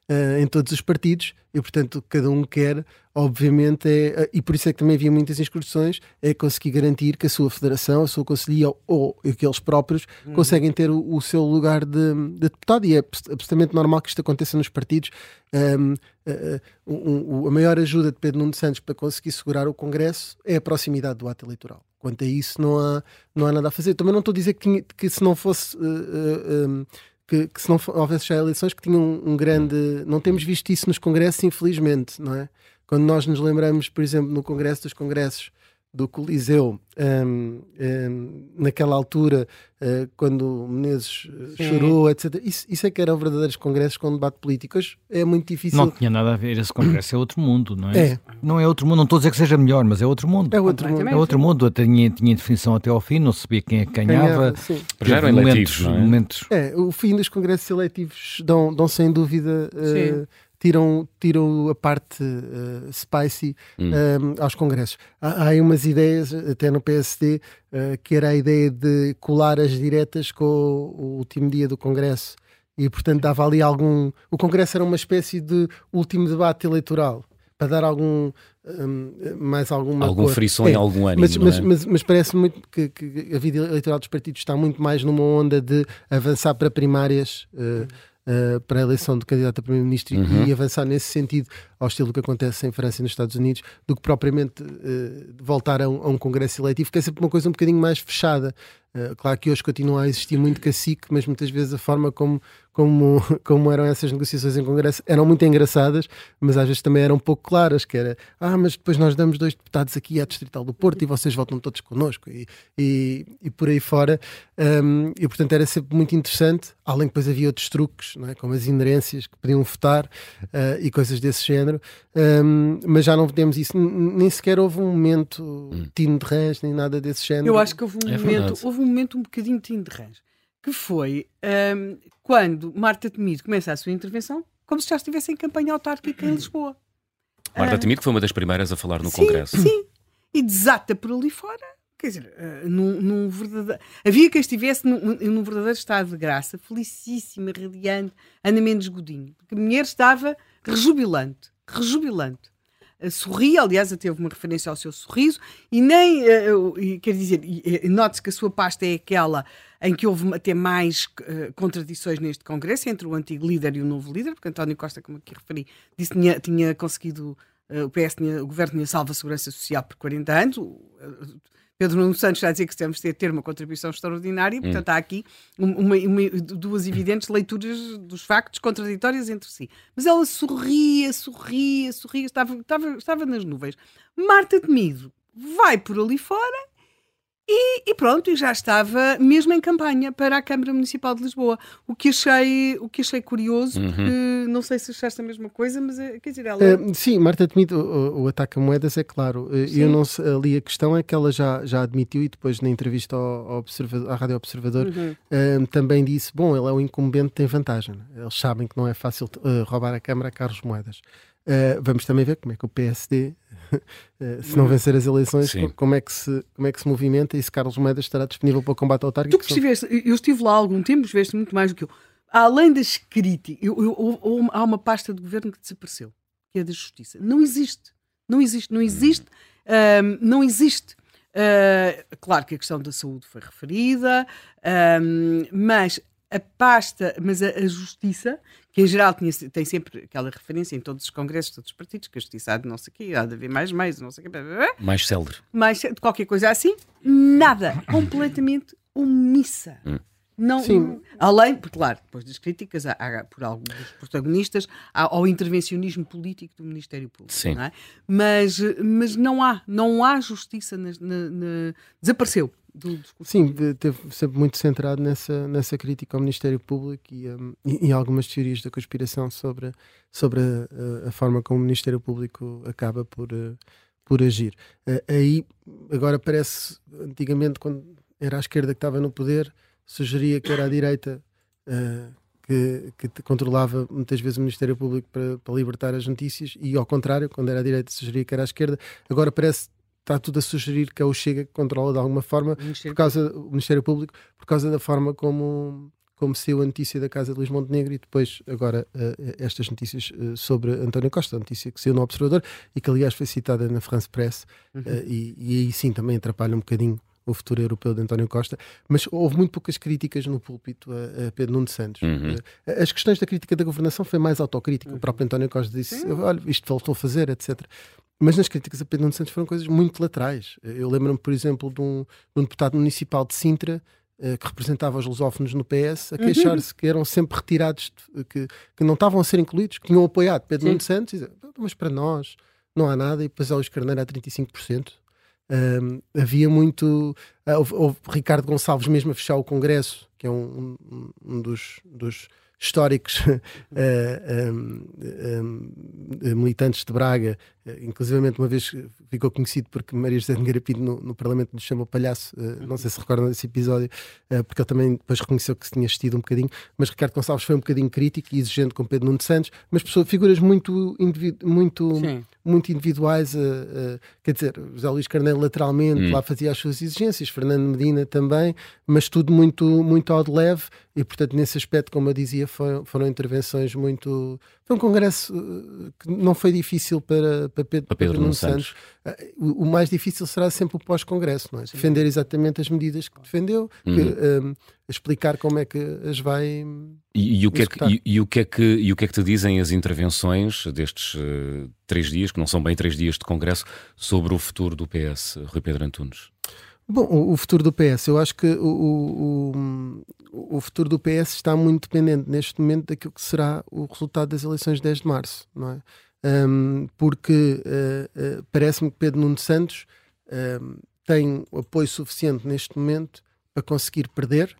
uh, em todos os partidos, e portanto cada um quer, obviamente, é, e por isso é que também havia muitas inscrições, é conseguir garantir que a sua federação, a sua conselhia ou, ou aqueles próprios uhum. conseguem ter o, o seu lugar de, de deputado, e é absolutamente normal que isto aconteça nos partidos. Um, uh, um, um, a maior ajuda de Pedro Nuno Santos para conseguir segurar o Congresso é a proximidade do ato eleitoral. Quanto a isso não há, não há nada a fazer. Também não estou a dizer que, tinha, que se não fosse uh, uh, um, que, que se não houvesse já eleições que tinham um, um grande... Não temos visto isso nos congressos, infelizmente, não é? Quando nós nos lembramos, por exemplo, no congresso dos congressos do Coliseu, um, um, naquela altura, uh, quando o Menezes Sim. chorou, etcétera. Isso, isso é que eram verdadeiros congressos com debate político. Hoje é muito difícil. Não tinha nada a ver, esse congresso é outro mundo, não é? É. Não é outro mundo, não estou a dizer que seja melhor, mas é outro mundo. É outro mundo. É outro mundo. Tinha, tinha definição até ao fim, não sabia quem é que ganhava. ganhava Já eram eletivos, não é? Momentos... É, o fim dos congressos eletivos dão, dão sem dúvida... Uh, Tiram, tiram a parte uh, spicy hum. um, aos congressos. Há, há aí umas ideias, até no P S D, uh, que era a ideia de colar as diretas com o, o último dia do congresso. E, portanto, dava ali algum... O congresso era uma espécie de último debate eleitoral, para dar algum... Um, mais alguma algum cor. frisson é, e algum ânimo. Mas, mas, é? mas, mas parece muito que, que a vida eleitoral dos partidos está muito mais numa onda de avançar para primárias... Uh, Uh, para a eleição de candidato a primeiro-ministro uhum. e avançar nesse sentido ao estilo que acontece em França e nos Estados Unidos, do que propriamente uh, voltar a um, a um congresso eletivo, que é sempre uma coisa um bocadinho mais fechada. Uh, claro que hoje continua a existir muito cacique, mas muitas vezes a forma como, como, como eram essas negociações em congresso eram muito engraçadas, mas às vezes também eram um pouco claras, que era, ah, mas depois nós damos dois deputados aqui à Distrital do Porto e vocês votam todos connosco e, e, e por aí fora. Um, e portanto era sempre muito interessante, além que depois havia outros truques, não é? Como as inerências que podiam votar uh, e coisas desse género, um, mas já não temos isso, nem sequer houve um momento hum. tino de rãs, nem nada desse género. Eu acho que houve um é momento, houve um momento um bocadinho tino de rãs, que foi um, quando Marta Temido começa a sua intervenção como se já estivesse em campanha autárquica em Lisboa. Marta uh, Temido, que foi uma das primeiras a falar no sim, Congresso. Sim, e desata por ali fora. Quer dizer, uh, num, num verdadeiro... havia quem estivesse num, num verdadeiro estado de graça, felicíssima, radiante, Ana Mendes Godinho, porque a mulher estava rejubilante, rejubilante. Uh, sorria, aliás, até houve uma referência ao seu sorriso, e nem, uh, uh, quer dizer, uh, note-se que a sua pasta é aquela em que houve até mais uh, contradições neste Congresso, entre o antigo líder e o novo líder, porque António Costa, como aqui referi, disse que tinha, tinha conseguido, uh, o P S, tinha, o governo tinha salvo a segurança social por quarenta anos, uh, Pedro Nuno Santos está a dizer que temos de ter uma contribuição extraordinária, portanto hum. há aqui uma, uma, duas evidentes leituras dos factos contraditórias entre si. Mas ela sorria, sorria, sorria, estava, estava, estava nas nuvens. Marta Temido vai por ali fora e, e pronto, e já estava mesmo em campanha para a Câmara Municipal de Lisboa. O que achei, o que achei curioso, uhum. porque não sei se achaste a mesma coisa, mas quer dizer, ela... Uh, sim, Marta Temido, o, o ataque a moedas é claro. Uh, eu não sei, ali a questão é que ela já, já admitiu, e depois na entrevista ao, ao observador, à Rádio Observador, uhum. uh, também disse, bom, ele é o incumbente, tem vantagem. Eles sabem que não é fácil uh, roubar a Câmara a Carlos Moedas. Uh, vamos também ver como é que o P S D, uh, se não vencer as eleições, como é, que se, como é que se movimenta e se Carlos Moedas estará disponível para o combate autárquico. Tu que estiveste, eu estive lá há algum tempo, estiveste muito mais do que eu. Além das críticas, eu, eu, eu, há uma pasta de governo que desapareceu, que é da Justiça. Não existe. Não existe. Não existe. Um, não existe. Uh, claro que a questão da saúde foi referida, um, mas... a pasta, mas a, a Justiça, que em geral tinha, tem sempre aquela referência em todos os congressos, todos os partidos, que a Justiça há de não sei o quê, há de haver mais meios, não sei o quê, mais célere, mais, qualquer coisa assim, nada, completamente omissa. Hum. Não, Sim. Além, porque claro, depois das críticas há, há, por alguns dos protagonistas, há, ao intervencionismo político do Ministério Público. Sim. Não é? mas, mas não há, não há justiça, na, na, na, desapareceu. Do, do... Sim, esteve sempre muito centrado nessa, nessa crítica ao Ministério Público e, um, e, e algumas teorias da conspiração sobre, sobre a, a forma como o Ministério Público acaba por, uh, por agir. Uh, aí, agora parece, antigamente, quando era a esquerda que estava no poder, sugeria que era a direita uh, que, que controlava muitas vezes o Ministério Público para, para libertar as notícias, e ao contrário, quando era a direita sugeria que era a esquerda. Agora parece está tudo a sugerir que é o Chega que controla de alguma forma, por causa do Ministério Público, por causa da forma como, como saiu a notícia da casa de Luís Montenegro e depois agora uh, estas notícias uh, sobre António Costa, a notícia que saiu no Observador e que aliás foi citada na France Press, uhum. uh, e, e aí sim também atrapalha um bocadinho o futuro europeu de António Costa, mas houve muito poucas críticas no púlpito a, a Pedro Nuno Santos. Uhum. Uh, as questões da crítica da governação foi mais autocrítica, uhum. o próprio António Costa disse, olha, isto faltou fazer, etcétera. Mas nas críticas a Pedro Nuno Santos foram coisas muito laterais. Eu lembro-me, por exemplo, de um, de um deputado municipal de Sintra uh, que representava os lusófonos no P S a queixar-se uhum. que eram sempre retirados, de, que, que não estavam a ser incluídos, que tinham apoiado Pedro Sim. Nuno Santos e dizer, mas para nós não há nada, e depois há Luís Carneiro a trinta e cinco por cento. Um, havia muito uh, houve, houve Ricardo Gonçalves mesmo a fechar o Congresso, que é um, um, um dos, dos históricos uh, um, um, militantes de Braga, uh, inclusivamente uma vez ficou conhecido porque Maria José de Nogueira Pinto no, no Parlamento lhe chamou palhaço, uh, não sei se recordam desse episódio, uh, porque ele também depois reconheceu que se tinha assistido um bocadinho, mas Ricardo Gonçalves foi um bocadinho crítico e exigente com Pedro Nuno Santos, mas pessoas, figuras muito, individu muito, muito individuais, uh, uh, quer dizer, José Luís Carneiro lateralmente hum. lá fazia as suas exigências, Fernando Medina também, mas tudo muito, muito ao de leve, e portanto nesse aspecto, como eu dizia, foram, foram intervenções muito... Foi um congresso uh, que não foi difícil para, para Pedro, para Pedro, Pedro Nuno Santos. Santos. Uh, o, o mais difícil será sempre o pós-congresso, não é? Defender exatamente as medidas que defendeu, hum. que, um, explicar como é que as vai... E, e, o que é que, e, e, o que é que, e o que é que te dizem as intervenções destes uh, três dias, que não são bem três dias de congresso, sobre o futuro do P S, Rui Pedro Antunes? Bom, o, o futuro do P S, eu acho que o, o, o, o futuro do P S está muito dependente neste momento daquilo que será o resultado das eleições de dez de março, não é? Um, porque uh, uh, parece-me que Pedro Nuno Santos uh, tem apoio suficiente neste momento para conseguir perder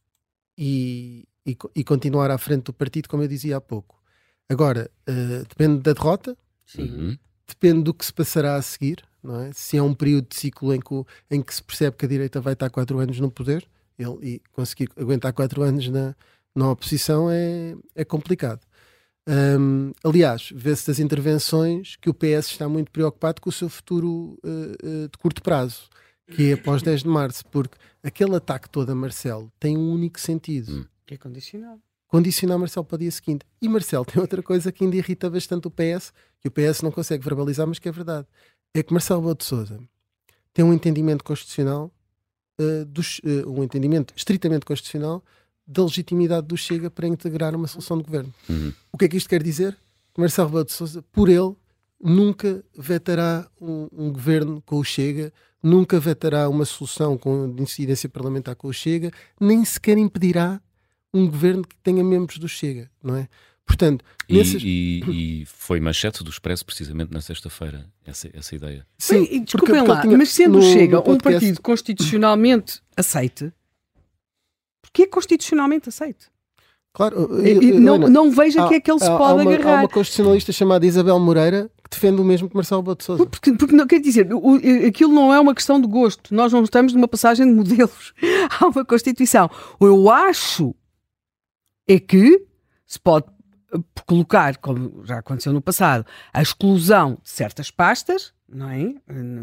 e, e, e continuar à frente do partido, como eu dizia há pouco. Agora, uh, depende da derrota, Sim. depende do que se passará a seguir, não é? Se é um período de ciclo em que, em que se percebe que a direita vai estar quatro anos no poder, ele, e conseguir aguentar quatro anos na, na oposição é, é complicado. Um, aliás, vê-se das intervenções que o P S está muito preocupado com o seu futuro uh, uh, de curto prazo, que é após dez de março, porque aquele ataque todo a Marcelo tem um único sentido. Hum. Que é condicionado. Condicionar Marcelo para o dia seguinte. E Marcelo tem outra coisa que ainda irrita bastante o P S, que o P S não consegue verbalizar, mas que é verdade. É que Marcelo Rebelo de Sousa tem um entendimento constitucional, uh, dos, uh, um entendimento estritamente constitucional da legitimidade do Chega para integrar uma solução de governo. Uhum. O que é que isto quer dizer? Marcelo Rebelo de Sousa, por ele, nunca vetará um, um governo com o Chega, nunca vetará uma solução com incidência parlamentar com o Chega, nem sequer impedirá um governo que tenha membros do Chega, não é? Portanto, e, nesses... e, e foi manchete do Expresso precisamente na sexta-feira, essa, essa ideia. Sim, Sim desculpem porque, lá, porque mas sendo o Chega um partido constitucionalmente aceite, porque é constitucionalmente aceite? Claro, e, e, não, não veja que é que ele se há, pode há uma, agarrar. Há uma constitucionalista chamada Isabel Moreira que defende o mesmo que Marcelo Rebelo de Sousa. Porque, porque não, quer dizer, o, aquilo não é uma questão de gosto. Nós não estamos numa passagem de modelos. Há uma Constituição. Eu acho é que se pode colocar, como já aconteceu no passado, a exclusão de certas pastas, não é?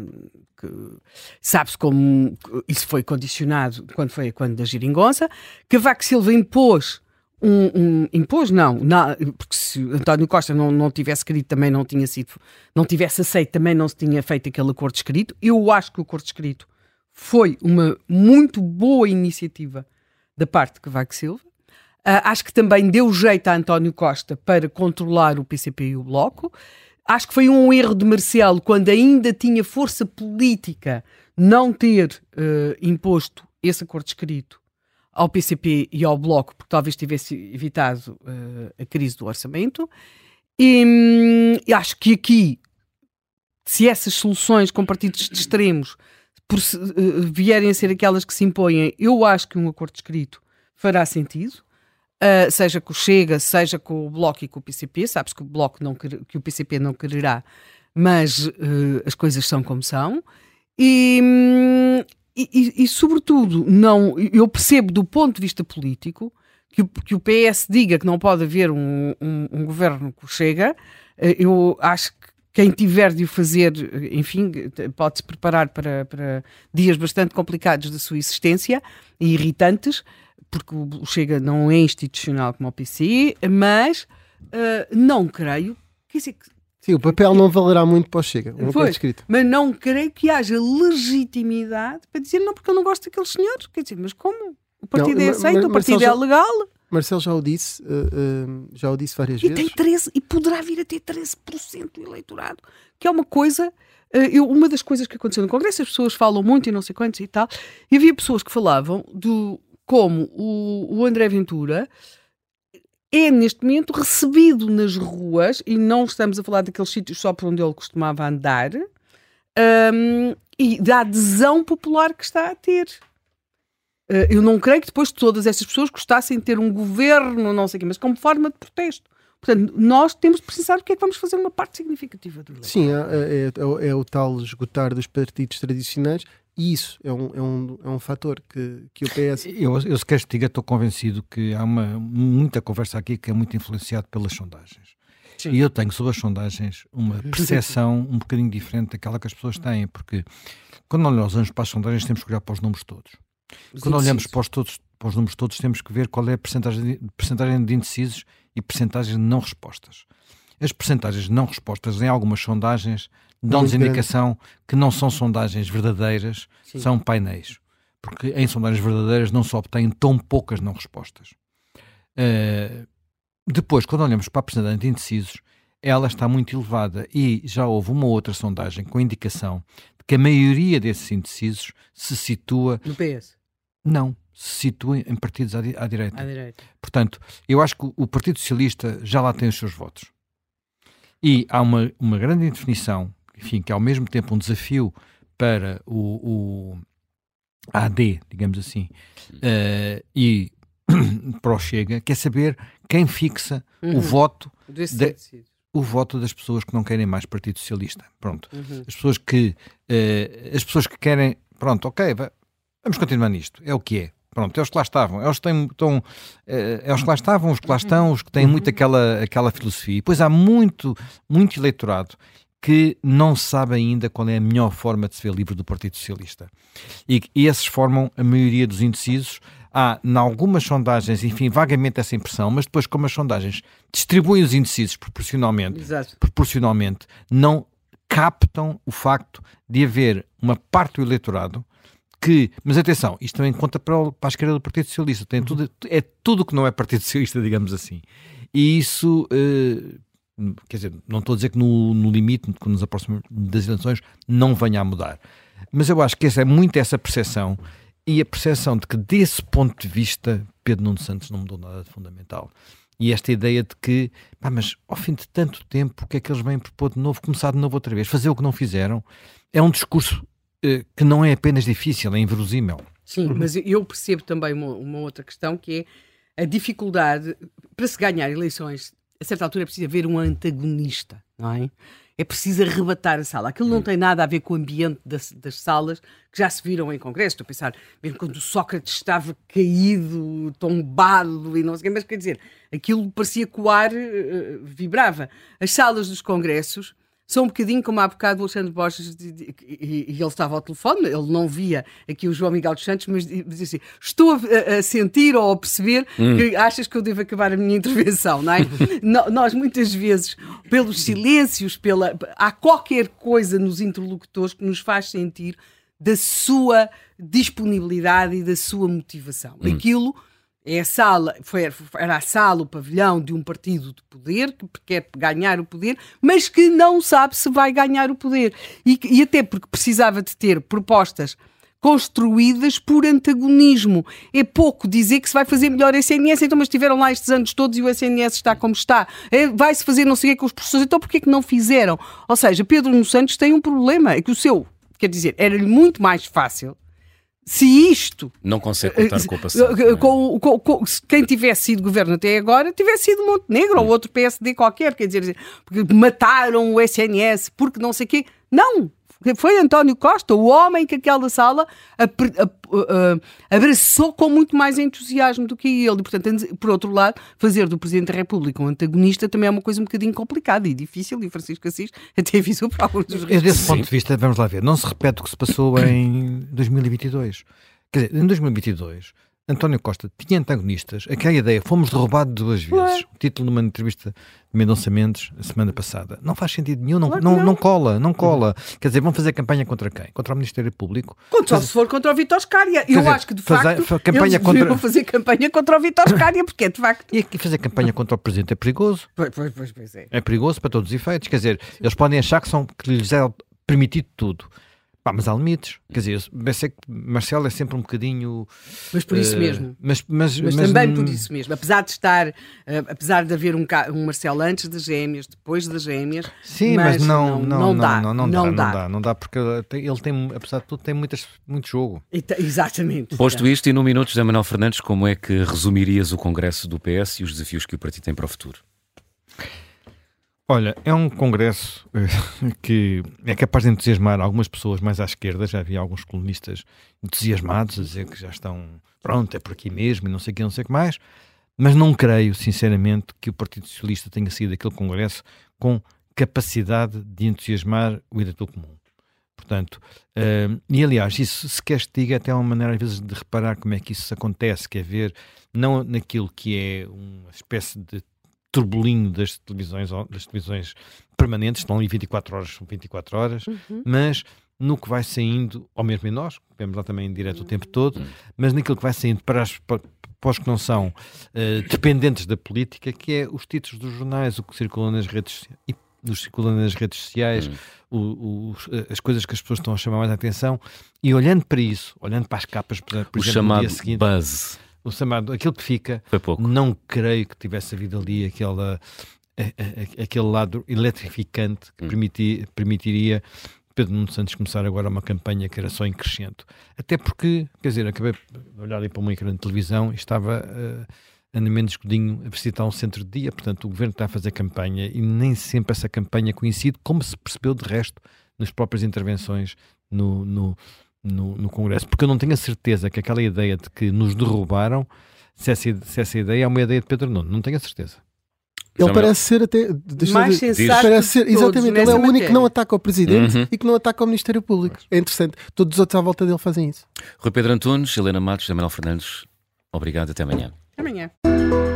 Sabe-se como isso foi condicionado quando foi quando da Geringonça. Cavaco Silva impôs um, um impôs não, não, porque se António Costa não, não tivesse escrito também não tinha sido, não tivesse aceito também não se tinha feito aquele acordo escrito. Eu acho que o acordo escrito foi uma muito boa iniciativa da parte de Cavaco Silva. Uh, acho que também deu jeito a António Costa para controlar o P C P e o Bloco. Acho que foi um erro de Marcelo, quando ainda tinha força política, não ter uh, imposto esse acordo escrito ao P C P e ao Bloco, porque talvez tivesse evitado uh, a crise do orçamento. E hum, acho que aqui, se essas soluções com partidos de extremos por, uh, vierem a ser aquelas que se impõem, eu acho que um acordo escrito fará sentido. Uh, seja com o Chega, seja com o Bloco e com o P C P. Sabe-se que o Bloco não quer, que o P C P não quererá, mas uh, as coisas são como são. E, e, e, e sobretudo, não, eu percebo do ponto de vista político que o, que o P S diga que não pode haver um, um, um governo com o Chega. Uh, eu acho que quem tiver de o fazer, enfim, pode-se preparar para, para dias bastante complicados da sua existência e irritantes, porque o Chega não é institucional como o P C, mas uh, não creio, quer dizer, que, sim, o papel não valerá muito para o Chega, um acordo escrito. Mas não creio que haja legitimidade para dizer não, porque eu não gosto daqueles senhores. Quer dizer, mas como? O partido não, é aceito, o partido é legal. Marcelo já o disse, uh, uh, já o disse várias e vezes. Tem treze, e poderá vir a ter treze por cento do eleitorado, que é uma coisa... Uh, eu, uma das coisas que aconteceu no Congresso, as pessoas falam muito e não sei quantos e tal, e havia pessoas que falavam do como o, o André Ventura é, neste momento, recebido nas ruas, e não estamos a falar daqueles sítios só por onde ele costumava andar, um, e da adesão popular que está a ter. Uh, eu não creio que depois todas essas pessoas gostassem de ter um governo, não sei o quê, mas como forma de protesto. Portanto, nós temos de precisar do que é que vamos fazer uma parte significativa do eleitorado. Sim, é, é, é o tal esgotar dos partidos tradicionais, e isso é um, é um, é um fator que, que o P S... Eu, eu se queres te diga, estou convencido que há uma, muita conversa aqui que é muito influenciado pelas sondagens. Sim. E eu tenho sobre as sondagens uma percepção um bocadinho diferente daquela que as pessoas têm, porque quando olhamos para as sondagens temos que olhar para os números todos. Quando olhamos para os, todos, para os números todos, temos que ver qual é a percentagem de, percentagem de indecisos e percentagem de não respostas. As percentagens de não respostas, em algumas sondagens, dão-nos indicação que não são sondagens verdadeiras, sim, são painéis. Porque em sondagens verdadeiras não se obtêm tão poucas não respostas. Uh, depois, quando olhamos para a percentagem de indecisos, ela está muito elevada e já houve uma outra sondagem com indicação de que a maioria desses indecisos se situa... No P S? Não, se situa em partidos à, di- à direita. À direita. Portanto, eu acho que o Partido Socialista já lá tem os seus votos. E há uma, uma grande indefinição, enfim, que é ao mesmo tempo um desafio para o, o A D, digamos assim, uh, e para o Chega, que é saber quem fixa uhum. o voto de, o voto das pessoas que não querem mais Partido Socialista. Pronto. Uhum. As pessoas que uh, as pessoas que querem, pronto, ok, vai, vamos continuar nisto, é o que é. Pronto, é os que lá estavam, é os que, têm, estão, é os que lá estavam, os que lá estão, os que têm muito aquela, aquela filosofia. E depois há muito, muito eleitorado que não sabe ainda qual é a melhor forma de se ver livre do Partido Socialista. E, e esses formam a maioria dos indecisos. Há, em algumas sondagens, enfim, vagamente essa impressão, mas depois, como as sondagens distribuem os indecisos proporcionalmente, proporcionalmente não captam o facto de haver uma parte do eleitorado que, mas atenção, isto também conta para, o, para a esquerda do Partido Socialista, tem tudo, é tudo que não é Partido Socialista, digamos assim. E isso, uh, quer dizer, não estou a dizer que no, no limite, que nos aproximamos das eleições, não venha a mudar. Mas eu acho que essa é muito essa percepção, e a percepção de que, desse ponto de vista, Pedro Nuno Santos não mudou nada de fundamental. E esta ideia de que, pá, mas ao fim de tanto tempo, o que é que eles vêm propor de novo, começar de novo outra vez, fazer o que não fizeram, é um discurso que não é apenas difícil, é inverosímil. Sim, mas eu percebo também uma, uma outra questão, que é a dificuldade, para se ganhar eleições, a certa altura é preciso haver um antagonista, não é? É preciso arrebatar a sala. Aquilo não tem nada a ver com o ambiente das, das salas que já se viram em congresso. Estou a pensar, mesmo quando o Sócrates estava caído, tombado e não sei o quê, mas quer dizer, aquilo parecia que o ar uh, vibrava. As salas dos congressos são um bocadinho como há bocado o Alexandre Borges, e, e, e ele estava ao telefone, ele não via aqui o João Miguel dos Santos, mas dizia assim, estou a, a sentir ou a perceber hum. que achas que eu devo acabar a minha intervenção, não é? no, nós muitas vezes, pelos silêncios, pela, há qualquer coisa nos interlocutores que nos faz sentir da sua disponibilidade e da sua motivação. Hum. Aquilo... É a sala, foi, era a sala, o pavilhão de um partido de poder que quer ganhar o poder, mas que não sabe se vai ganhar o poder. E, e até porque precisava de ter propostas construídas por antagonismo. É pouco dizer que se vai fazer melhor S N S, então, mas estiveram lá estes anos todos e o S N S está como está. É, vai-se fazer não sei o que com os professores, então porquê que não fizeram? Ou seja, Pedro Nuno Santos tem um problema, é que o seu, quer dizer, era-lhe muito mais fácil se isto... Não consegue contar com a passagem. É? Com, com, com, se quem tivesse sido governo até agora, tivesse sido Montenegro hum. ou outro P S D qualquer, quer dizer, porque mataram o S N S, porque não sei o quê. Não! Foi António Costa, o homem que aquela sala apre, a, a, a, abraçou com muito mais entusiasmo do que ele. E, portanto, por outro lado, fazer do Presidente da República um antagonista também é uma coisa um bocadinho complicada e difícil, e o Francisco Assis até avisou para alguns dos riscos. Desse ponto de vista, vamos lá ver, não se repete o que se passou em dois mil e vinte e dois. Quer dizer, em dois mil e vinte e dois, António Costa tinha antagonistas, aquela ideia, fomos derrubados duas vezes, Claro. o título de uma entrevista de Mendonça Mendes, a semana passada, não faz sentido nenhum, não, Claro que não, não. não cola, não cola. Quer dizer, vão fazer campanha contra quem? Contra o Ministério Público? Contra, Fazer- se for contra o Vítor Scária. Eu dizer, acho que, de fazer- facto, fa- campanha eles contra- deveriam fazer campanha contra o Vítor Scária, porque é, de facto... E aqui fazer campanha contra o Presidente é perigoso, Pois, pois, pois, pois é. é perigoso para todos os efeitos, quer dizer, eles podem achar que, são, que lhes é permitido tudo. Pá, mas há limites, quer dizer, eu sei que Marcelo é sempre um bocadinho... Mas por isso eh, mesmo. Mas, mas, Mas, mas também hum, por isso mesmo. Apesar de estar, eh, apesar de haver um, ca- um Marcelo antes das gêmeas, depois das gêmeas, Sim, mas, mas não, não, não, dá, não, não, não dá, dá. não dá, não dá, porque ele tem, ele tem, apesar de tudo, tem muitas, muito jogo. Então, exatamente. Posto isto, e num minuto, José Manuel Fernandes, como é que resumirias o Congresso do P S e os desafios que o partido tem para o futuro? Olha, é um congresso eh, que é capaz de entusiasmar algumas pessoas mais à esquerda. Já havia alguns colunistas entusiasmados a dizer que já estão, pronto, é por aqui mesmo e não sei o que, não sei o que mais. Mas não creio, sinceramente, que o Partido Socialista tenha sido aquele congresso com capacidade de entusiasmar o eleitor comum. Portanto, eh, e aliás, isso se queres te diga, até é uma maneira às vezes de reparar como é que isso acontece, que é ver, não naquilo que é uma espécie de turbulinho das televisões, das televisões permanentes, estão ali vinte e quatro horas, são vinte e quatro horas, Uhum. mas no que vai saindo, ou mesmo em nós, que vemos lá também em direto o tempo todo, mas naquilo que vai saindo para, as, para, para os que não são eh, dependentes da política, que é os títulos dos jornais, o que circula nas redes e nos circula nas redes sociais, o, o, as coisas que as pessoas estão a chamar mais a atenção, e olhando para isso, olhando para as capas, por, por O exemplo, chamado no dia seguinte, buzz. o chamado, aquilo que fica, Foi pouco. não creio que tivesse havido ali aquela, a, a, aquele lado eletrificante que Hum. permiti, permitiria Pedro Nuno Santos começar agora uma campanha que era só em crescendo. Até porque, quer dizer, acabei de olhar ali para uma ecrã de televisão e estava uh, Ana Mendes Godinho a visitar um centro de dia, portanto o governo está a fazer campanha e nem sempre essa campanha coincide, como se percebeu de resto nas próprias intervenções no, no No, no Congresso, porque eu não tenho a certeza que aquela ideia de que nos derrubaram, se essa, se essa ideia é uma ideia de Pedro Nuno, não tenho a certeza. Ele Já parece ser até deixa Mais eu dizer, sensato parece ser, de todos exatamente, ele nessa é o único matéria. que não ataca o Presidente Uhum. e que não ataca o Ministério Público. É interessante. Todos os outros à volta dele fazem isso. Rui Pedro Antunes, Helena Matos, José Manuel Fernandes, obrigado, até amanhã. Amanhã.